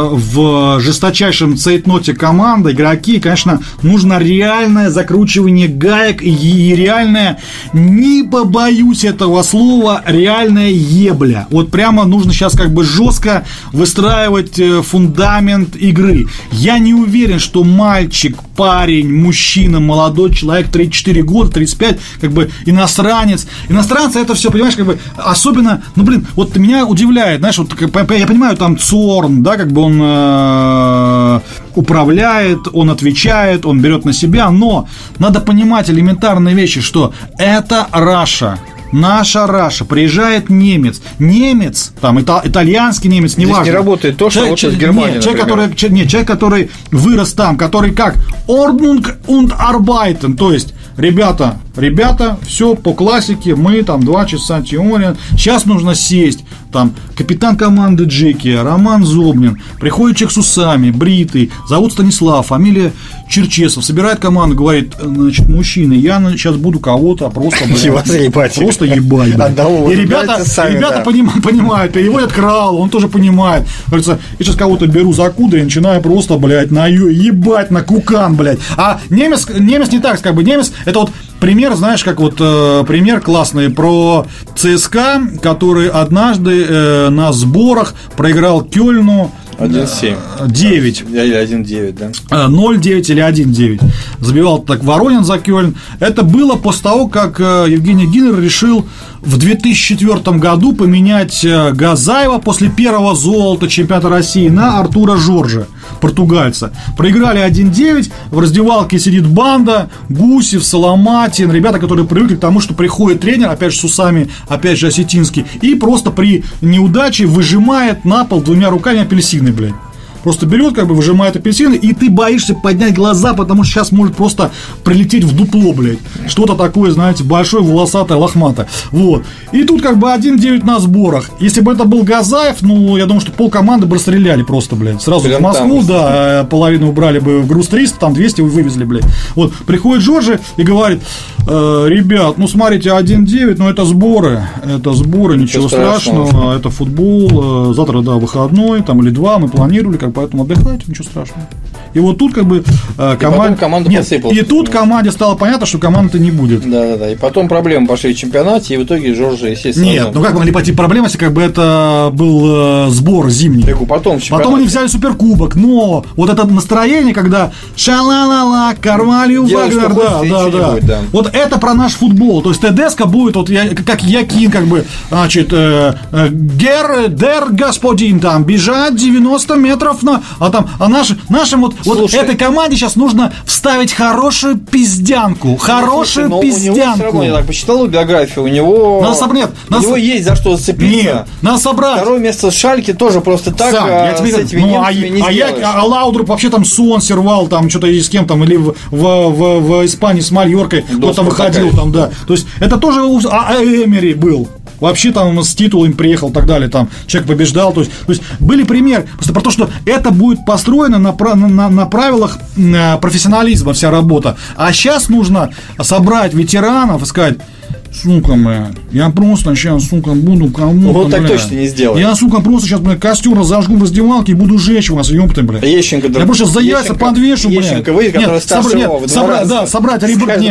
в жесточайшем цейтноте команды игроки, конечно, нужно реальное закручивание гаек и реальное, не побоюсь этого слова, реальная ебля. Вот прямо нужно сейчас как бы жестко выстраивать фундамент игры. Я не уверен, что мальчик, парень, мужчина, молодой человек, 34 года, 35, как бы иностранец. Иностранцы это все, понимаешь, как бы особенно, ну, блин, вот меня удивляет, знаешь, вот я понимаю, там Цорн, да, как бы он управляет, он отвечает, он берет на себя, но надо понимать элементарные вещи, что это Раша. Наша Раша, приезжает немец, там итальянский немец, неважно. Здесь не работает то, что работает в Германии, человек, который вырос там, который как Ordnung und Arbeiten, то есть, ребята, все по классике, мы там 2 часа теория, сейчас нужно сесть, там, капитан команды Джеки, Роман Зобнин, приходит человек с усами, бритый, зовут Станислав, фамилия Черчесов, собирает команду, говорит, значит, мужчины, я сейчас буду кого-то просто ебать. И ребята понимают, переводят крал, он тоже понимает. Говорится, я сейчас кого-то беру за кудри и начинаю просто, блядь, ебать на кукан, блядь. А немец не так, как бы, немец, это вот пример, знаешь, как вот пример классный про ЦСКА, который однажды на сборах проиграл Кёльну 1-7. 9. Или 1-9, да? 0-9 или 1-9. Забивал так Воронин за Кёльн. Это было после того, как Евгений Гиннер решил в 2004 году поменять Газаева после первого золота чемпионата России на Артура Жоржа, португальца. Проиграли 1-9, в раздевалке сидит банда, Гусев, Соломатин, ребята, которые привыкли к тому, что приходит тренер, опять же с усами, опять же осетинский, и просто при неудаче выжимает на пол 2 руками апельсины, блядь. Просто берет, как бы выжимает апельсины, и ты боишься поднять глаза, потому что сейчас может просто прилететь в дупло, блядь. Что-то такое, знаете, большое, волосатое, лохматое. Вот. И тут как бы 1-9 на сборах. Если бы это был Газаев, ну, я думаю, что полкоманды бы расстреляли просто, блядь. Сразу прям в Москву, там, да, половину убрали бы в груз 300, там 200 вывезли, блядь. Вот. Приходит Жоржи и говорит, Ребят, ну смотрите, 1-9, но это сборы, ничего страшного, это футбол, завтра, да, выходной, там, или 2, мы планировали, поэтому отдыхайте, ничего страшного. И вот тут как бы команда посыпалась. И тут команде стало понятно, что команды-то не будет. Да, и потом проблемы пошли в чемпионате, и в итоге Жоржа, естественно... Нет, ну как могли пойти проблемы, если как бы это был сбор зимний. Потом они взяли суперкубок, но вот это настроение, когда ша-ла-ла-ла, Карвалью, Вагнер, да. Вот это про наш футбол. То есть ТДСК будет, вот как Якин, как бы, значит, дер господин, там, бежать 90 метров, нашим вот этой команде сейчас нужно вставить хорошую пиздянку. Хорошую пиздянку. У него, я так посчитал биографию, у него есть за что зацепиться. Нет, надо собрать. Второе место с Шальки тоже просто так с этими немцами не сделаешь. А Лаудруп вообще там сон сорвал, там что-то с кем там, или в Испании с Мальоркой кто-то выходил там, да. То есть это тоже Эмери был. Вообще там с титулом приехал и так далее, там человек побеждал, то есть были примеры, просто про то, что это будет построено на правилах профессионализма вся работа, а сейчас нужно собрать ветеранов и сказать: сука, я просто сейчас, буду кому-то, вот так точно не сделаешь. Я, просто сейчас, костер разожгу в раздевалке и буду жечь вас, ёпты, блядь. Ещенко, я просто за яйца подвешу, блядь. Ещенко выйдет, который старше его. Собрать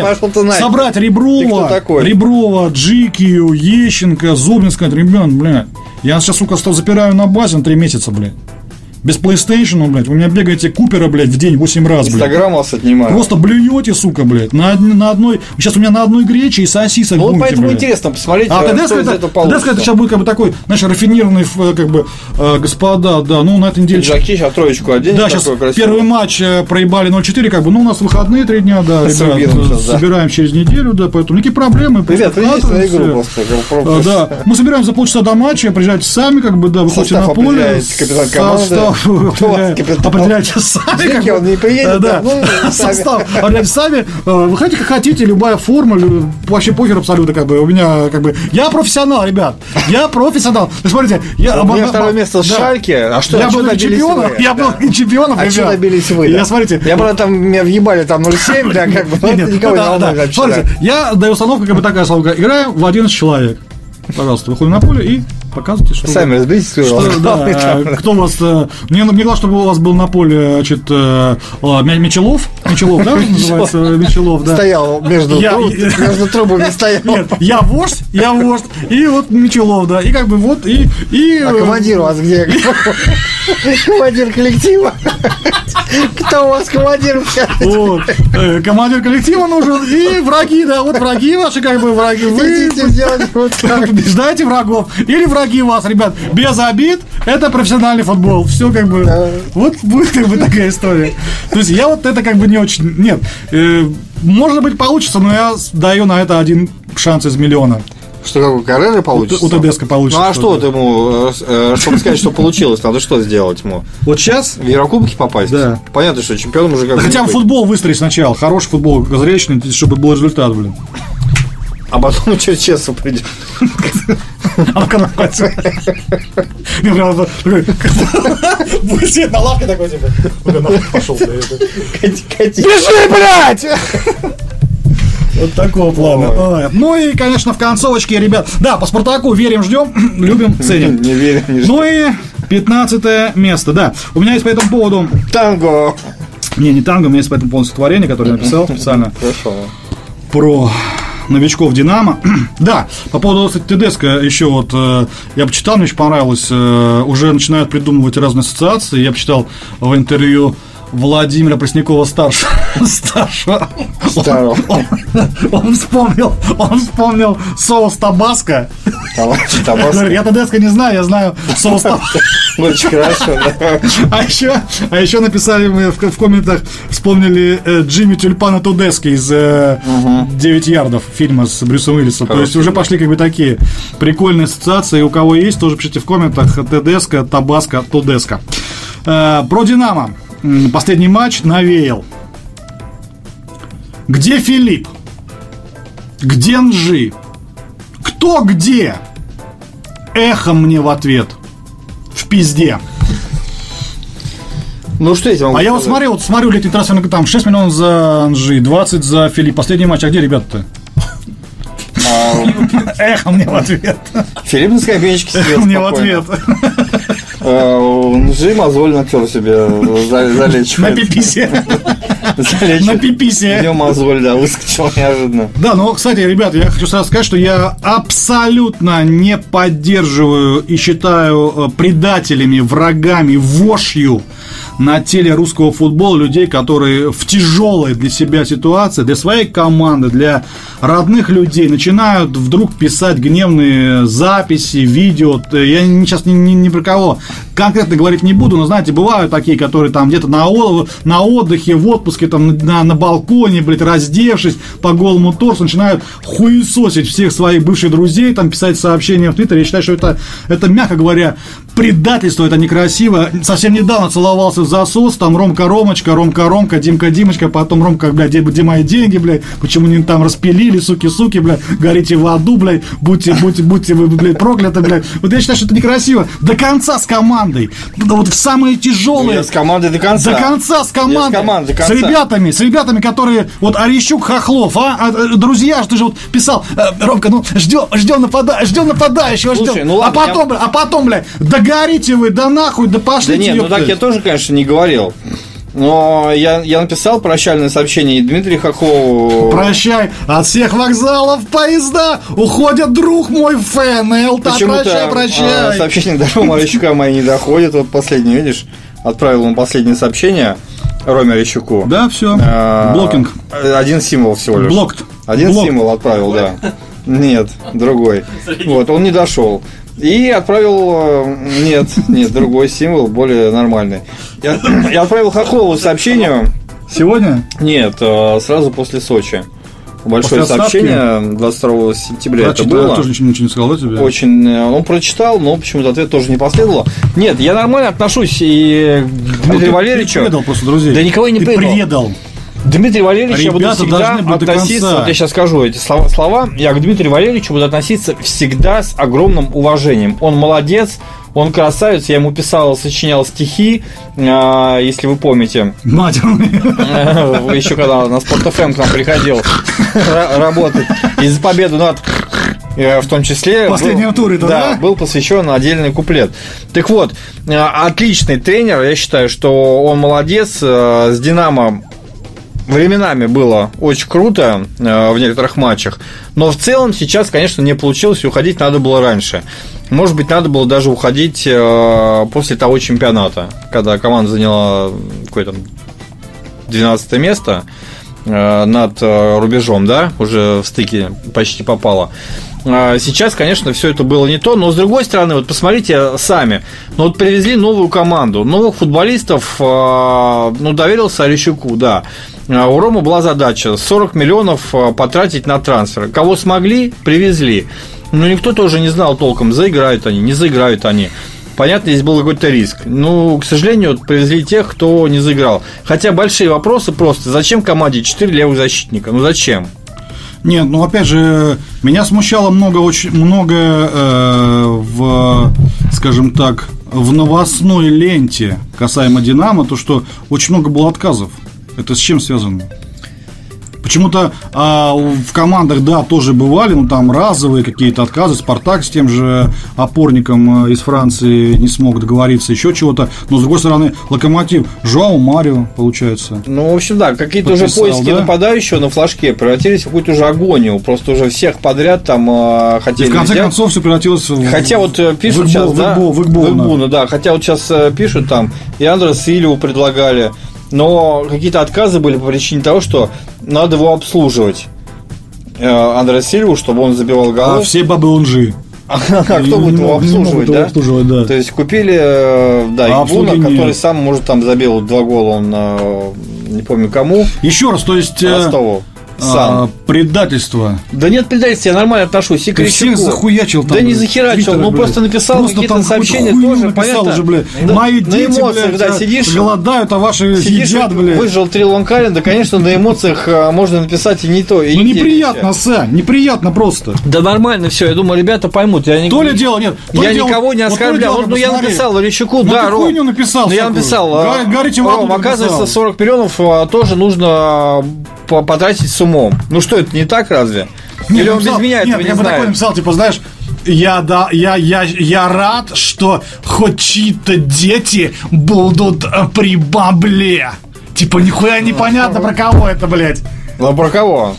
Реброва, Джикию, Ещенко, Зубин, сказать: ребят, блядь, я сейчас, сука, запираю на базе на 3 месяца, блядь. Без PlayStation, блядь, вы меня бегаете Купера, блядь, в день 8 раз, блядь. Инстаграм вас отнимаю. Просто блюете, сука, блядь, на одной... Сейчас у меня на одной гречи и сосисок будете, поэтому блядь. Интересно посмотреть, что из этого получится. Это сейчас будет как бы такой, знаешь, рафинированный, как бы, господа, да, на этой неделе... Пиджаки, сейчас троечку оденем. Да, сейчас первый матч проебали 0-4, как бы, у нас выходные 3 дня, да, ребят, собираем через неделю, да, поэтому никакие проблемы. Ребят, придите на игру просто. Да, мы собираем за полчаса до матча, приезжайте сами, как бы, да, выходите на поле. Капитан команды. Определяйте сами. Он не приедет, да. Состав определяйте сами. Выходите как хотите, любая форма, вообще похер абсолютно, как бы. У меня, как бы, я профессионал, ребят. Я профессионал. Смотрите, у меня второе место с Шальки. А что, я был чемпионом, ребят. А что добились вы? Смотрите. Я, правда, там меня въебали там 0,7, да, как бы. Никого не волнует. Смотрите, я даю установку, как бы такая установка. Играем в 11 человек. Пожалуйста, выходим на поле и показывайте, что... Сами разберитесь, кто у вас... Мне главное, чтобы у вас был на поле, значит, Мечелов, да, называется, Мечелов, да. Стоял между трубами, стоял. Нет, я вождь, и вот Мечелов, да, и как бы вот, и... А командир у вас где? Командир коллектива? Кто у вас командир? Вот, командир коллектива нужен, и враги, да, вот враги ваши, как бы, враги, вы побеждаете врагов, или враги вас, ребят, без обид, это профессиональный футбол, все как бы, вот будет как бы такая история. То есть я вот это как бы не очень, нет, может быть получится, но я даю на это один шанс из миллиона. Что, какой Каррера получится? У ТДСК получится. Ну, а что ему, чтобы сказать, что получилось, надо что сделать ему? Вот сейчас? В Еврокубки попасть? Да. Понятно, что чемпионом уже как бы... Хотя бы футбол выстроить сначала, хороший футбол, зрелищный, чтобы был результат, блин. А потом через честно придет. А ну-ка, нахватит. Мне прям такой... Будет сидеть на лавке такой, типа... Пошел, бежи, блядь! Вот такого плана. Ну и, конечно, в концовочке, ребят, да, по Спартаку верим, ждем, любим, ценим. Не верим, не ждем. Ну и 15 место, да. У меня есть по этому поводу... Танго. Не танго, у меня есть по этому поводу стихотворение, которое я написал специально. Хорошо. Про новичков Динамо. Да, по поводу, кстати, ТДСК еще вот я почитал, мне очень понравилось, уже начинают придумывать разные ассоциации. Я почитал в интервью Владимира Преснякова-старшего. Он вспомнил соус табаско. Я ТДСК не знаю, я знаю соус табаско. Очень хорошо, да. А еще написали мы в комментах, вспомнили Джимми Тюльпана Тудески из 9 ярдов фильма с Брюсом Уиллисом. То есть уже пошли как бы такие прикольные ассоциации. У кого есть, тоже пишите в комментах. ТДСК, Табаско, Тудеска. Про Динамо. Последний матч навеял. Где Филипп? Где Нжи? Кто где? Эхом мне в ответ. В пизде. Ну что я тебе могу сказать? Я вот смотрю летний трансферный, там 6 миллионов за Нжи, 20 за Филипп. Последний матч, а где ребята-то? Эх, мне в ответ. Филипп на скамеечке сидел мне в ответ. Ножи мозоль натер себе, залечивает. На пиписе. На пиписе. У него мозоль, да, выскочила неожиданно. Да, но, кстати, ребята, я хочу сразу сказать, что я абсолютно не поддерживаю и считаю предателями, врагами, вошью на теле русского футбола людей, которые в тяжелой для себя ситуации, для своей команды, для родных людей начинают вдруг писать гневные записи, видео. Я сейчас ни про кого конкретно говорить не буду, но, знаете, бывают такие, которые там где-то на отдыхе, в отпуске, там на балконе, блядь, раздевшись по голому торсу, начинают хуесосить всех своих бывших друзей, там писать сообщения в Твиттере. Я считаю, что это, мягко говоря, предательство, это некрасиво. Совсем недавно целовался в засос, там Ромка-Ромочка, Ромка-Ромка, Димка-Димочка, потом Ромка, блядь, где мои деньги, блядь, почему не там распилили, суки-суки, блядь, горите в аду, блядь, будьте вы, блядь, прокляты, блядь. Вот я считаю, что это некрасиво. До конца с командой, вот в самые тяжелые. Я с командой до конца. До конца с командой. С ребятами, которые, вот Орещук, Хохлов, друзья, ты же вот писал, Ромка, ну, ждем нападающего, ждем. Слушай, ну ладно, а потом, блядь, да горите вы, да нахуй, да пошлите. Да нет, ну так я тоже, конечно, не говорил. Но я написал прощальное сообщение и Дмитрию Хохлову. Прощай, от всех вокзалов поезда уходит друг мой ФНЛ. Прощай. Сообщение до Ромы Орещука мои не доходит. Вот последнее, видишь, отправил ему последнее сообщение Роме Орещуку. Да, все. Блокинг. Один символ всего лишь. Блокт. Символ отправил, да. Нет, другой. Вот, он не дошел. И отправил... Нет, другой символ, более нормальный. Я отправил Хохлову сообщение. Сегодня? Нет, сразу после Сочи. Большое сообщение 22 сентября это было. Я тоже ничего не сказал, да, тебе? Очень... Он прочитал, но почему-то ответ тоже не последовало. Нет, я нормально отношусь и к Дмитрию Валерьевичу. Ты предал просто друзей. Да никого не предал. Дмитрий Валерьевич, я буду всегда относиться, вот я сейчас скажу эти слова, я к Дмитрию Валерьевичу буду относиться всегда с огромным уважением. Он молодец, он красавец, я ему писал, сочинял стихи, если вы помните. Матерный. Еще когда на Спорт.ФМ к нам приходил работать. И за победу над... В том числе последнем туре, да, был посвящен отдельный куплет. Так вот, отличный тренер, я считаю, что он молодец, с «Динамо» временами было очень круто в некоторых матчах, но в целом сейчас, конечно, не получилось, и уходить надо было раньше. Может быть, надо было даже уходить после того чемпионата, когда команда заняла какое-то 12 место над рубежом, да, уже в стыке почти попала. Сейчас, конечно, все это было не то, но с другой стороны, вот посмотрите сами, ну вот привезли новую команду, новых футболистов, ну, доверился Орещуку, да. У Ромы была задача 40 миллионов потратить на трансфер. Кого смогли, привезли. Но никто тоже не знал толком, заиграют они, не заиграют они. Понятно, здесь был какой-то риск. Ну, к сожалению, вот привезли тех, кто не заиграл. Хотя большие вопросы просто. Зачем команде 4 левых защитника? Ну, зачем? Нет, ну, опять же, меня смущало очень много скажем так, в новостной ленте касаемо «Динамо», то, что очень много было отказов. Это с чем связано? Почему-то в командах, да, тоже бывали, ну, там разовые какие-то отказы. «Спартак» с тем же опорником из Франции не смог договориться, еще чего-то. Но, с другой стороны, «Локомотив», Жоау Марио, получается. Ну, в общем, да, какие-то уже поиски, да, нападающего на флажке превратились в какую-то уже агонию. Просто уже всех подряд там хотели. И в конце концов все превратилось в... Хотя вот пишут сейчас, да, в Игбоуна, да. Хотя вот сейчас пишут там, и Андре Сильву предлагали. Но какие-то отказы были по причине того, что надо его обслуживать, Андре Сильву, чтобы он забивал голы. А все бабы лжи. А кто будет его обслуживать, да? То есть купили, да, Игбуна, который сам, может, там забил 2 гола, он не помню кому. Еще раз, то есть... Ростову. Предательство. Да нет предательства, я нормально отношусь. И ты всех захуячил там. Да не захерачил, ну просто написал какие-то сообщения тоже, понятно. Уже, блядь. Мои дети, эмоциях, блядь, да, сидишь, голодают, а ваши едят, блядь. Выжил 3 лонкален, да, конечно, на эмоциях можно написать и не то, и ну, неприятно, Сань, неприятно просто. Да нормально все, я думаю, ребята поймут. То ли дело, нет. Я никого не оскорблял. Ну, я написал Орещуку, да, Ром. Ну, я написал, Ром, оказывается, 40 миллионов тоже нужно потратить с умом. Ну что, это не так разве? Или он без меня этого не знает? Нет, я написал, типа, знаешь, я рад, что хоть чьи-то дети будут при бабле. Типа, нихуя непонятно, про кого это, блядь. Ну, про кого?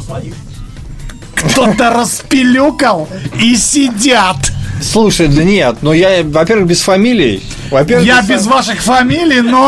Кто-то распилюкал и сидят. Слушай, да нет, но я, во-первых, без фамилий. Я без ваших фамилий, но...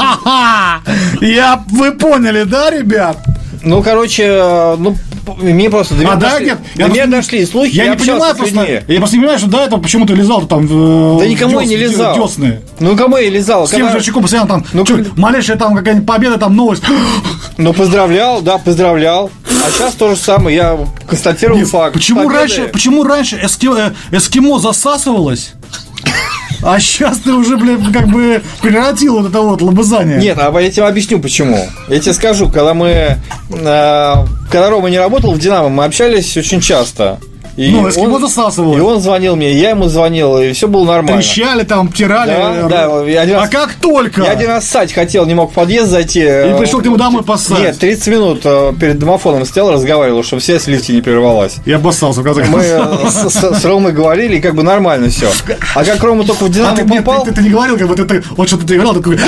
Вы поняли, да, ребят? Ну, короче, мне просто... До меня дошли слухи, я не понимаю просто... Я просто не понимаю, что до этого почему ты лизал там... Да никому я не лизал. Дёсны. Ну, кому я лизал? С кем же Чуку постоянно там... Малейшая там какая-нибудь победа, там новость... Ну, поздравлял. А сейчас то же самое, я констатировал факт. Почему раньше эскимо засасывалось? А сейчас ты уже, блядь, как бы прекратил вот это вот лобызание. Нет, а я тебе объясню почему. Я тебе скажу, когда Рома не работал в «Динамо», мы общались очень часто. эскимо засасывалось. И он звонил мне, я ему звонил, и все было нормально. Трещали там, обтирали. Да. Как только. Я один раз ссать хотел, не мог в подъезд зайти. И пришел к нему домой поссать. Нет, 30 минут перед домофоном стоял, разговаривал, чтобы связь в лифте не прервалась. Я обоссался в конце концов. Мы с Ромой говорили, и как бы нормально все. А как Рома только в «Динамо» попал... Ты не говорил, как бы вот что-то ты играл, такой...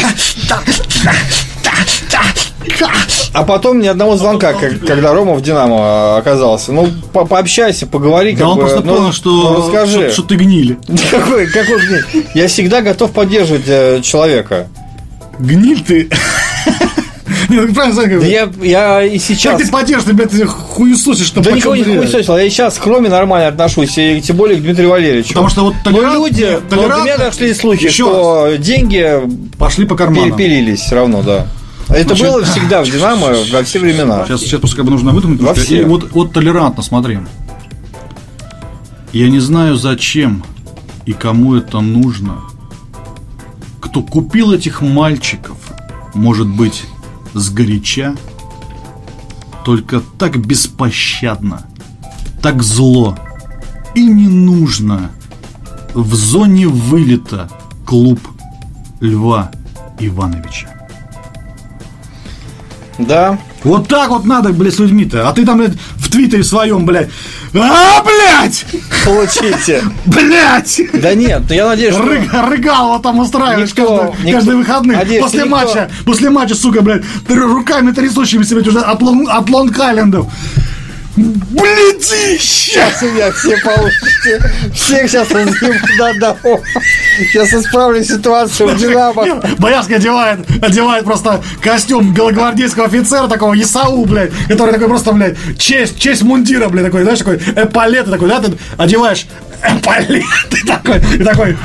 А потом ни одного звонка, когда Рома в «Динамо» оказался. Ну, пообщайся, поговори. Да он просто понял, что ты гниль. Какой гниль? Я всегда готов поддерживать человека. Гниль ты... Нет, правильно сказать. Я и сейчас... Как ты поддержишь, блядь, ты хуесосишь, что... Да никого не хуесосил, я и сейчас к Роме нормально отношусь, и тем более к Дмитрию Валерьевичу. Потому что вот до меня дошли слухи, что деньги пошли по карману. Перепилились все равно, да. Это было всегда в «Динамо» во все времена. Сейчас просто как бы нужно выдумать. Во все. И вот толерантно, смотри. Я не знаю, зачем и кому это нужно. Кто купил этих мальчиков, может быть, сгоряча, только так беспощадно, так зло и не нужно в зоне вылета клуб Льва Ивановича. Да. Вот так вот надо, блядь, с людьми-то. А ты там, блядь, в твиттере своем, блядь. Блядь! Получите. Блядь! Да нет, я надеюсь, что... Рыгало там устраиваешь каждые выходные. После матча, сука, блядь, руками трясущимися, блядь, уже от Лонг-Айлендов. Блядище! Сейчас у меня все получите. Всех сейчас разъем до одного. Сейчас исправлю ситуацию в «Динамо». Боярский одевает просто костюм белогвардейского офицера, такого ИСАУ, блядь, который такой просто, блядь, честь мундира, блядь, такой, знаешь, такой эполеты такой, да, ты одеваешь эполеты такой, и такой...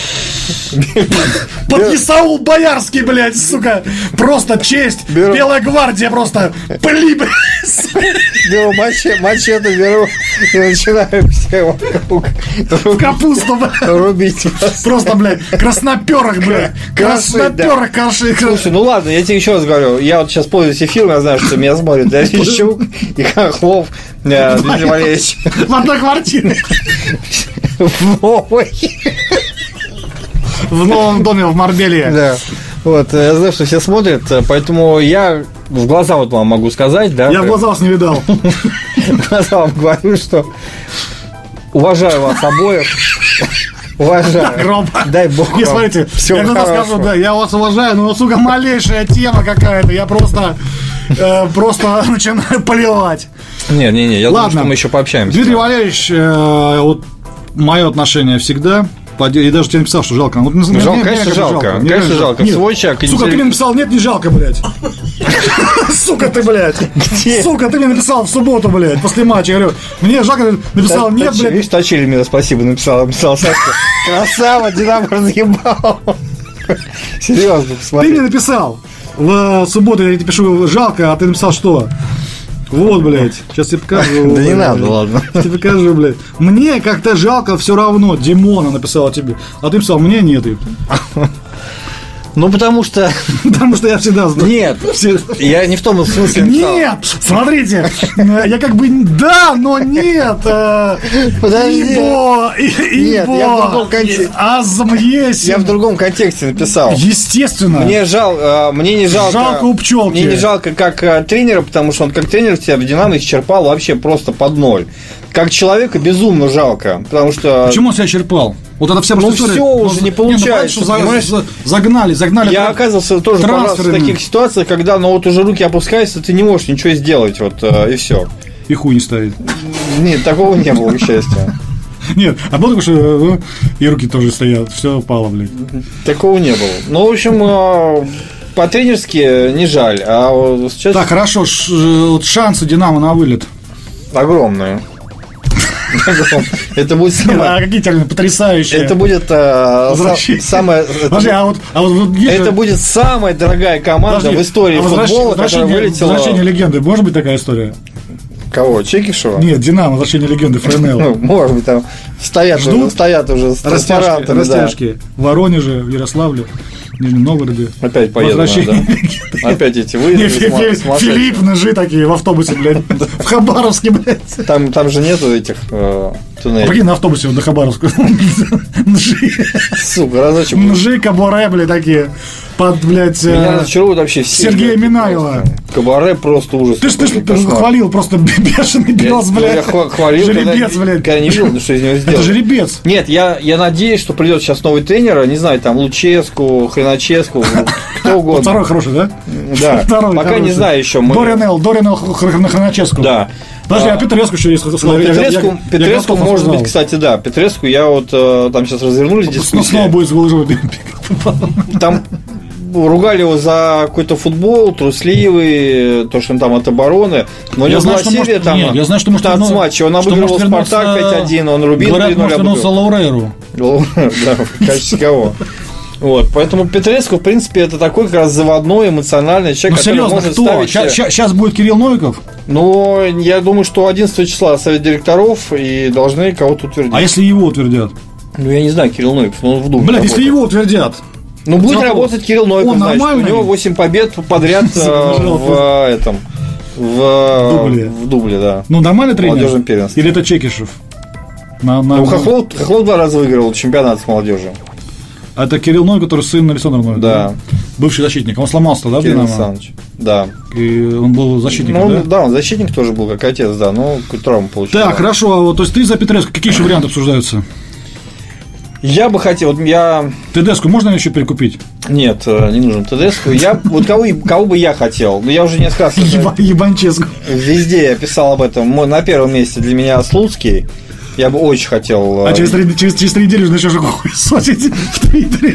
Под ИСАУ Боярский, блядь, сука. Просто честь. Белая гвардия просто. Пли, блядь. Беру мачете, беру и начинаю все вокруг в капусту, блядь. Рубить вас. Просто, блядь, красноперок, блядь. Красноперок, каши. Слушай, ну ладно, я тебе еще раз говорю. Я вот сейчас пользуюсь эфиром, я знаю, что меня смотрит Лещук и Хохлов Дмитрий Валерьевич. В одной квартире. В новом доме в Марбелье. Да. Вот, я знаю, что все смотрят, поэтому я в глаза вот вам могу сказать, да? Я в глаза вас не видал. В глаза вам говорю, что уважаю вас обоих. Уважаю. Дай бог вам. Не, смотрите, я скажу, да, я вас уважаю, но, сука, малейшая тема какая-то, я просто начинаю поливать. Не, я думаю, что мы еще пообщаемся. Дмитрий Валерьевич, вот мое отношение всегда. И даже тебе написал, что жалко. Жалко, конечно, жалко. Конечно, жалко. Свой человек. Сука, ты мне написал, нет, не жалко, блядь. Сука ты, блядь. Где? Сука, ты мне написал в субботу, блядь, после матча. Я говорю, мне жалко, написал, нет, блядь. Видишь, точили мне спасибо, написал Сашка. Красава, «Динамо» разъебал. Серьезно, посмотри. Ты мне написал в субботу, я тебе пишу, жалко, а ты написал что? Вот, блядь, сейчас тебе покажу. Да не надо, ладно. Сейчас тебе покажу, блядь. Мне как-то жалко все равно, Димона написала тебе. А ты написал, мне нет. Ну, потому что я всегда знаю. Нет, я не в том смысле. Нет, смотрите, я как бы да, но нет. Подожди. Нет, я в другом контексте. Азм есть. Я в другом контексте написал. Естественно. Мне не жалко. Жалко у пчелки. Мне не жалко как тренера, потому что он как тренер тебя в «Динамо» исчерпал вообще просто под ноль. Как человека безумно жалко, потому что... Почему он себя исчерпал? Вот это вся история. Все уже не получается. Загнали. Я оказывался тоже в таких ситуациях, когда уже руки опускаются, ты не можешь ничего сделать, и все. И хуй не стоит. Нет, такого не было, к счастью. Нет, а было такое, что и руки тоже стоят, все упало, блядь. Такого не было. Ну, в общем, по-тренерски не жаль. А вот сейчас... Так, хорошо, шансы «Динамо» на вылет. Огромные. Это будет самое... какие термины потрясающие. Это будет самое... Это будет самая дорогая команда в истории футбола, которая вылетела... Возвращение легенды. Может быть такая история? Кого? Чекишева? Нет, «Динамо», возвращение легенды ФНЛ. Может быть, там стоят уже с транспарантами. Растяжки в Воронеже, в Ярославле, в Нижнем Новгороде. Опять поеду, да? Опять эти выезды. Филипп, ножи такие в автобусе, блядь. В Хабаровске, блядь. Там же нету этих туннелей. Прикинь, на автобусе до Хабаровска. Ножи. Сука, разочек. Ножи, кабаре, блядь, такие. Под, блядь... Меня разочаровывают вообще все. Сергея Минаева. Кабаре просто ужас. Ты ж хвалил просто бешеный пес, блядь. Я хвалил, жеребец, блядь. Когда не видел, что из него сделать. Это жеребец. Нет, я надеюсь, что придет сейчас новый тренер, не знаю, там Луческу, Хреначеску, кто угодно. Второй хороший, да? Да. Пока не знаю еще. Дорин Хреначеску. Да. Подожди, а Петреску еще есть? Петреску, может быть, кстати, да. Петреску, я там сейчас развернулись дискуссии. Снова будет заложивать. Там ругали его за какой-то футбол, трусливый, то, что он там от обороны. Но у него была серия там 15 матчей. Он обыгрывал «Спартак» 5-1, он «Рубин» 3-0 обыгрывал. Говорят, вернулся Лаурейру. Да, в качестве кого? Вот, поэтому Петреску, в принципе, это такой как раз заводной, эмоциональный человек, который может ставить... Сейчас будет Кирилл Новиков? Ну, я думаю, что 11 числа совет директоров и должны кого-то утвердить. А если его утвердят? Ну, я не знаю, Кирилл Новиков, он в Думе. Блядь, если его утвердят? Ну, будет работать Кирилл Новиков, значит. У него 8 побед подряд в Дубле, да. Ну, нормальный тренер? В молодежном первенстве. Или это Чекишев? Ну, Хохлов 2 раза выиграл чемпионат с молодежью. А это Кирилл Ной, который сын Александра. Да. Бывший защитник. Он сломался, да, в Кирилл «Динамо»? Александрович. Да. И он был защитником, да? Да, он защитник тоже был, как отец, да, но какую-то травму получил. Так, хорошо. То есть ты за Петреску. Какие еще варианты обсуждаются? Я бы хотел, ТДСку можно еще перекупить? Нет, не нужен ТДСку. Кого бы я хотел? Ну, я уже несколько раз... Ебанческу. Везде я писал об этом. На первом месте для меня Слуцкий. Я бы очень хотел... А через 3 недели уже начнешь хуесосить в Твиттере.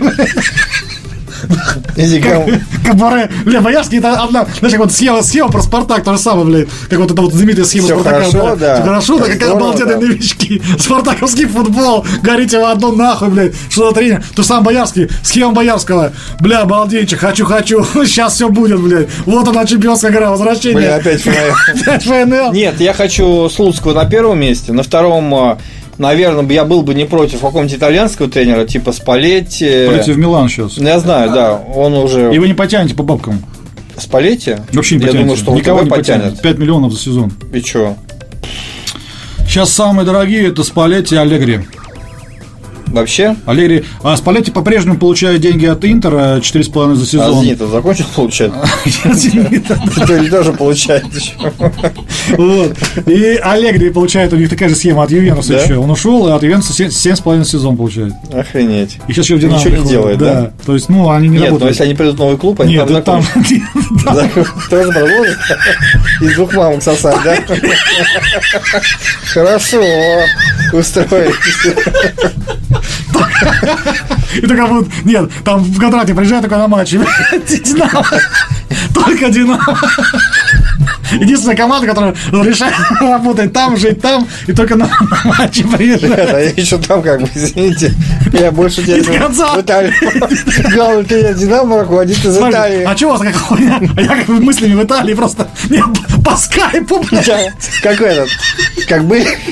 Кабаре. Бля, Боярский это одна, знаешь, как вот схема про «Спартак», то же самое, блядь, как вот эта вот знаменитая схема «Спартака». Хорошо, да. Хорошо, да, как обалденные новички. Спартаковский футбол, горите в одну нахуй, блядь, что за тренер. То же самое Боярский, схема Боярского. Бля, обалденчик, хочу, сейчас все будет, блядь. Вот она, чемпионская игра, возвращение. Бля, опять ФНЛ. Нет, я хочу Слуцкого на первом месте, на втором... Наверное, я был бы не против какого-нибудь итальянского тренера, типа Спалетти. Спалетти в Милан сейчас. Я знаю, да. Он уже... И вы не потянете по бабкам? Спалетти? Вообще не потянете. Я думаю, что никого он не потянет. 5 миллионов за сезон. И чё? Сейчас самые дорогие это Спалетти и Аллегри. Вообще? Аллегри. А Спалетти по-прежнему получает деньги от Интера 4,5 за сезон. А Зенит закончил получать? Или тоже получает еще. Вот. И Аллегри получает, у них такая же схема от Ювентуса еще. Он ушел, и от Ювентуса 7,5 сезон получает. Охренеть. И сейчас еще в «Динамо» ничего не делает, да? То есть, ну, они не работают. Нет, но если они придут в новый клуб, они там закончат. Тоже продолжат? Из 2 мамок сосать, да? Хорошо. Устроились. И только вот, нет, там в контракте приезжает только на матчи. «Динамо». Только «Динамо». Единственная команда, которая решает работать там, жить там, и только на матчи приезжает. А я еще там как бы, извините, я больше тебя в Италии. Главный тренер «Динамо» руководит из Италии. А что у вас такая хуйня? А я как бы мыслями в Италии просто по скайпу, блядь. Как этот, как бы...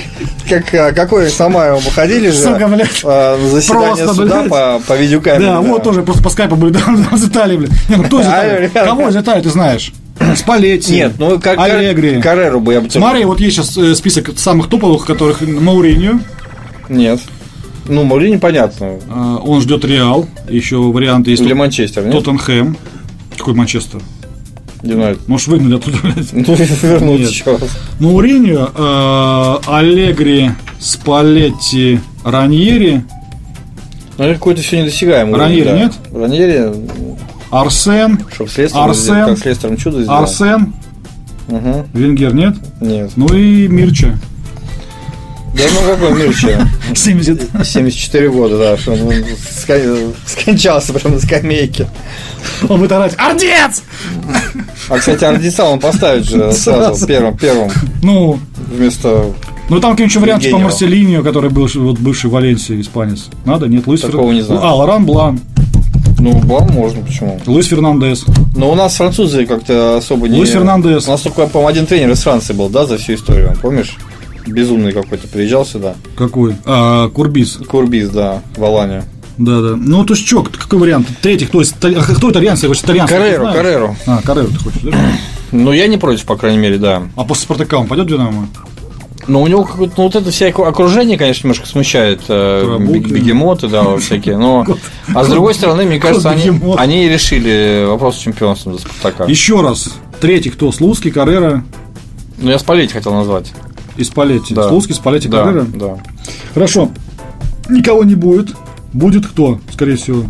Какой Самаева мы ходили же на заседание суда по видеокамере. Да, вот тоже просто по скайпу были взлетали, блин. Не, ну кто взлетали? Кого взлетали, ты знаешь? Спалетти, нет, ну как Аллегри. Карреру бы я бы... Смотри, вот есть сейчас список самых топовых, которых Мауриньо. Нет. Ну, Мауриньо понятно. Он ждет Реал. Еще варианты есть. Или Манчестер, нет? Тоттенхэм. Какой Манчестер? Юнайтед. Может, выгнали оттуда, блядь? Ну, вернуть еще раз. Мауриньо, Аллегри, Спалетти, Раньери. Ну, это какой-то все недосягаемый. Раньери, да. Нет? Раньери. Арсен. Чтобы с Лестером чудо сделал. Арсен. Угу. Венгер, нет? Нет. Ну и Мирча. Да ну какой Мирча? 74 года, да, что он скончался прямо на скамейке. Он будет орать: Ордец! А, кстати, Ордеца он поставит же сразу первым. Ну, вместо... Ну, там какие-нибудь варианты по Марселиньо, который был вот бывший в Валенсии испанец. Надо? Нет, Луис Фернандес. Такого не знаю. Лоран Блан. Ну, Блан можно, почему? Луис Фернандес. Но у нас французы как-то особо не... Луис Фернандес. У нас только, по-моему, один тренер из Франции был, да, за всю историю, помнишь? Безумный какой-то приезжал сюда. Какой? Курбис. Курбис, да, в Алане. Да. Ну, то есть, что, какой вариант? Третий, кто итальянцы? Карреру. Карреру ты хочешь, да? Ну, я не против, по крайней мере, да. А после Спартака он пойдет в Динамо? Ну, у него какое-то, ну, вот это все окружение, конечно, немножко смущает. Бегемоты, да, вот всякие. Но, а с другой стороны, мне кажется, они решили вопрос с чемпионством за Спартака. Еще раз. Третий кто? Слуцкий, Каррера? Ну, я Спалетти хотел назвать. И Спалетти. Да. Слуцкий, Спалетти, да, Каррера? Да. Хорошо. Никого не будет. Будет кто, скорее всего?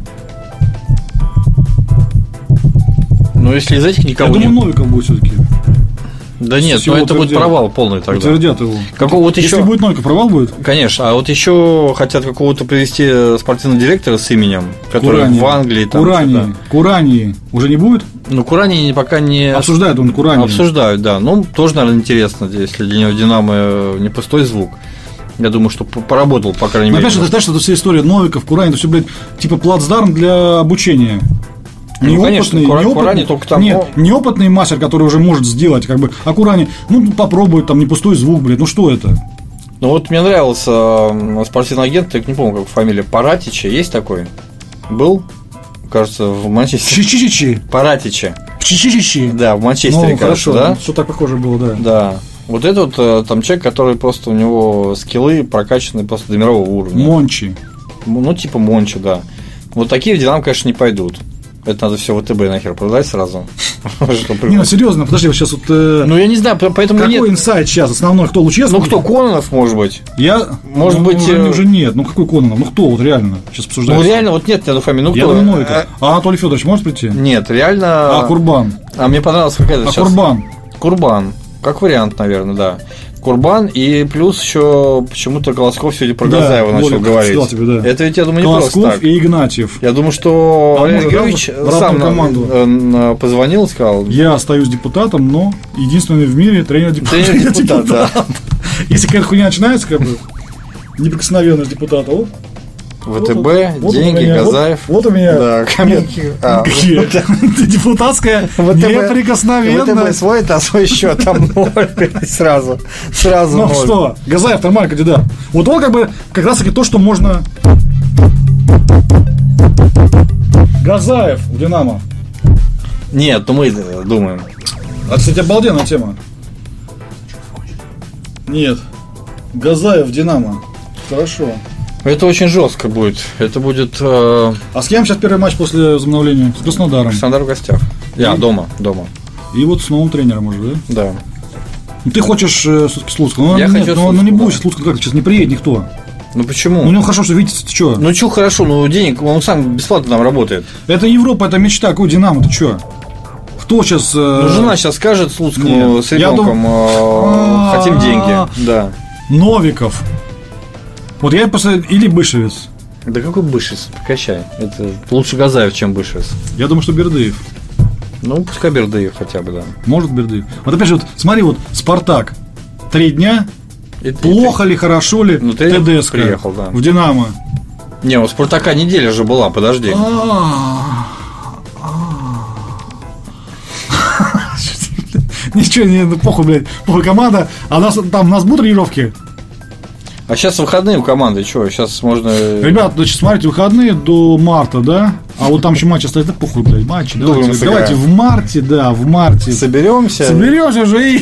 Ну, если из этих никого Я думаю, Новиков будет все-таки. Да нет, но это будет провал полный тогда. Утвердят его. Если будет Новиков, провал будет? Конечно. А вот еще хотят какого-то привести спортивного директора с именем, который в Англии. Курани уже не будет? Ну, Курани пока не... Обсуждают он Курани. Обсуждают, да. Ну, тоже, наверное, интересно, если для него Динамо не пустой звук. Я думаю, что поработал, по крайней мере. Опять же, ты знаешь, что это вся история Новиков, Курани, это все, блядь, типа плацдарм для обучения. Неопытный, Курани только там. Нет, неопытный мастер, который уже может сделать, как бы, а Курани, ну, попробует, там, не пустой звук, блядь, ну что это? Ну, вот мне нравился спортивный агент, я не помню, как фамилия, Паратичи, есть такой? Был? Кажется, в Манчестере. Чичичичи. Паратичи. Чичичичи. Да, в Манчестере, кажется, хорошо, да? Что так похоже было, да. Да. Вот этот вот там человек, который просто у него скиллы прокачаны просто до мирового уровня. Мончи. Ну, типа Мончи, да. Вот такие в Динамо, конечно, не пойдут. Это надо все ВТБ нахер продать сразу. Не, ну серьезно, подожди, вот сейчас вот. Ну я не знаю, поэтому какой инсайт сейчас основной, кто Луческу? Ну кто, Кононов, может быть? Может быть. Уже нет. Ну какой Кононов? Ну кто вот реально сейчас обсуждается? Ну реально вот нет ни одной фамилии. Ну кто? Я думаю, Новиков. А Анатолий Федорович может прийти? Нет, реально. А Курбан? А мне понравилась какая-то сейчас. Курбан. Как вариант, наверное, да. Курбан, и плюс еще почему-то Колосков сегодня про Газаева начал говорить. Тебе, да. Это ведь, я думаю, не Колосков просто так. и Игнатьев. Я думаю, что Валерий Георгиевич сам позвонил и сказал: я остаюсь депутатом, но единственный в мире тренер-депутат. Да. Если какая-то хуйня начинается, как бы неприкосновенность депутата. ВТБ, деньги, Газаев. Вот у меня. Да, депутатская неприкосновенность. ВТБ свой, а свой счет там 0. Сразу. Ну что, Газаев нормальный кандидат. Вот он как раз таки то, что можно. Газаев в Динамо. Нет, ну мы думаем. А, кстати, обалденная тема. Нет. Газаев в Динамо. Хорошо. Это очень жестко будет. Это будет. А с кем сейчас первый матч после возобновления? С Краснодаром. Краснодар в гостях. Дома. И вот с новым тренером уже, да? Да. Ну ты хочешь все-таки Слуцкого. Я хочу Слуцкого. Ну не бойся, Слуцкого как сейчас не приедет никто. Ну почему? Ну у него хорошо, что видите, ты что? Ну что хорошо, ну денег, он сам бесплатно там работает. Это Европа, это мечта, какой Динамо, ты что? Кто сейчас. Ну жена сейчас скажет Слуцкому с ребенком: хотим деньги. Да. Новиков. Вот я посмотрел, или Бышевец. Да какой Бышевец? Прекращай. Это лучше Газаев, чем Бышевец. Я думаю, что Бердыев. Ну, пускай Бердыев хотя бы, да. Может, Бердыев. Вот опять же, вот смотри, вот Спартак. 3 дня. Плохо ли, хорошо ли ТДСК приехал, да. В Динамо. Не, у Спартака неделя же была, подожди. Ничего, не, похуй, блядь. Похуй команда. А нас будут тренировки? А сейчас выходные у команды, что? Сейчас можно... Ребят, значит, смотрите, выходные до марта, да? А вот там еще матч остается, да похуй, блядь, матчи. Давайте в марте, да, в марте. Соберемся уже и...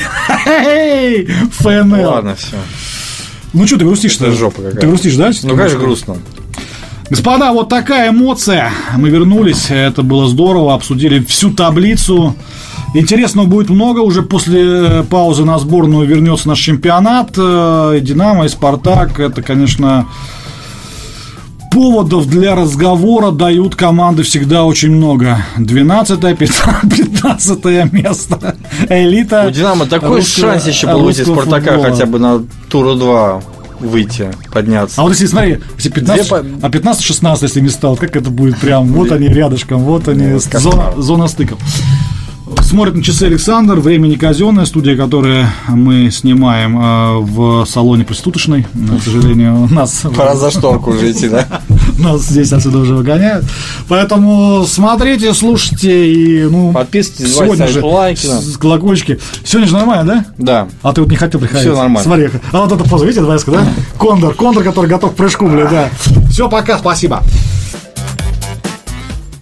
ФНЛ. Ладно, все. Ну что, ты грустишь-то? Это жопа какая-то. Ты грустишь, да? Ну, конечно, грустно. Господа, вот такая эмоция. Мы вернулись, это было здорово, обсудили всю таблицу. Интересного будет много, уже после паузы на сборную вернется наш чемпионат. И «Динамо», и «Спартак». Это, конечно, поводов для разговора дают команды всегда очень много. 12-е, 15-е место. Элита. У «Динамо» такой шанс еще был выйти из «Спартака» футбола. Хотя бы на туру 2 выйти, подняться. А вот если, смотри, если 15-16, если места, вот как это будет прям, вот они рядышком, вот они, зона стыков. Смотрит на часы Александр, время не казенное, студия, которую мы снимаем в салоне проституточной. К сожалению, нас... Пора за шторку уже идти, да? Нас здесь отсюда уже выгоняют. Поэтому смотрите, слушайте и, ну... Подписывайтесь, сегодня же лайки. С колокольчики. Сегодня же нормально, да? Да. А ты вот не хотел приходить. Все нормально. Смотри, а вот эта поза, видите, да? Кондор, который готов к прыжку, блядь, да. Все, пока, спасибо.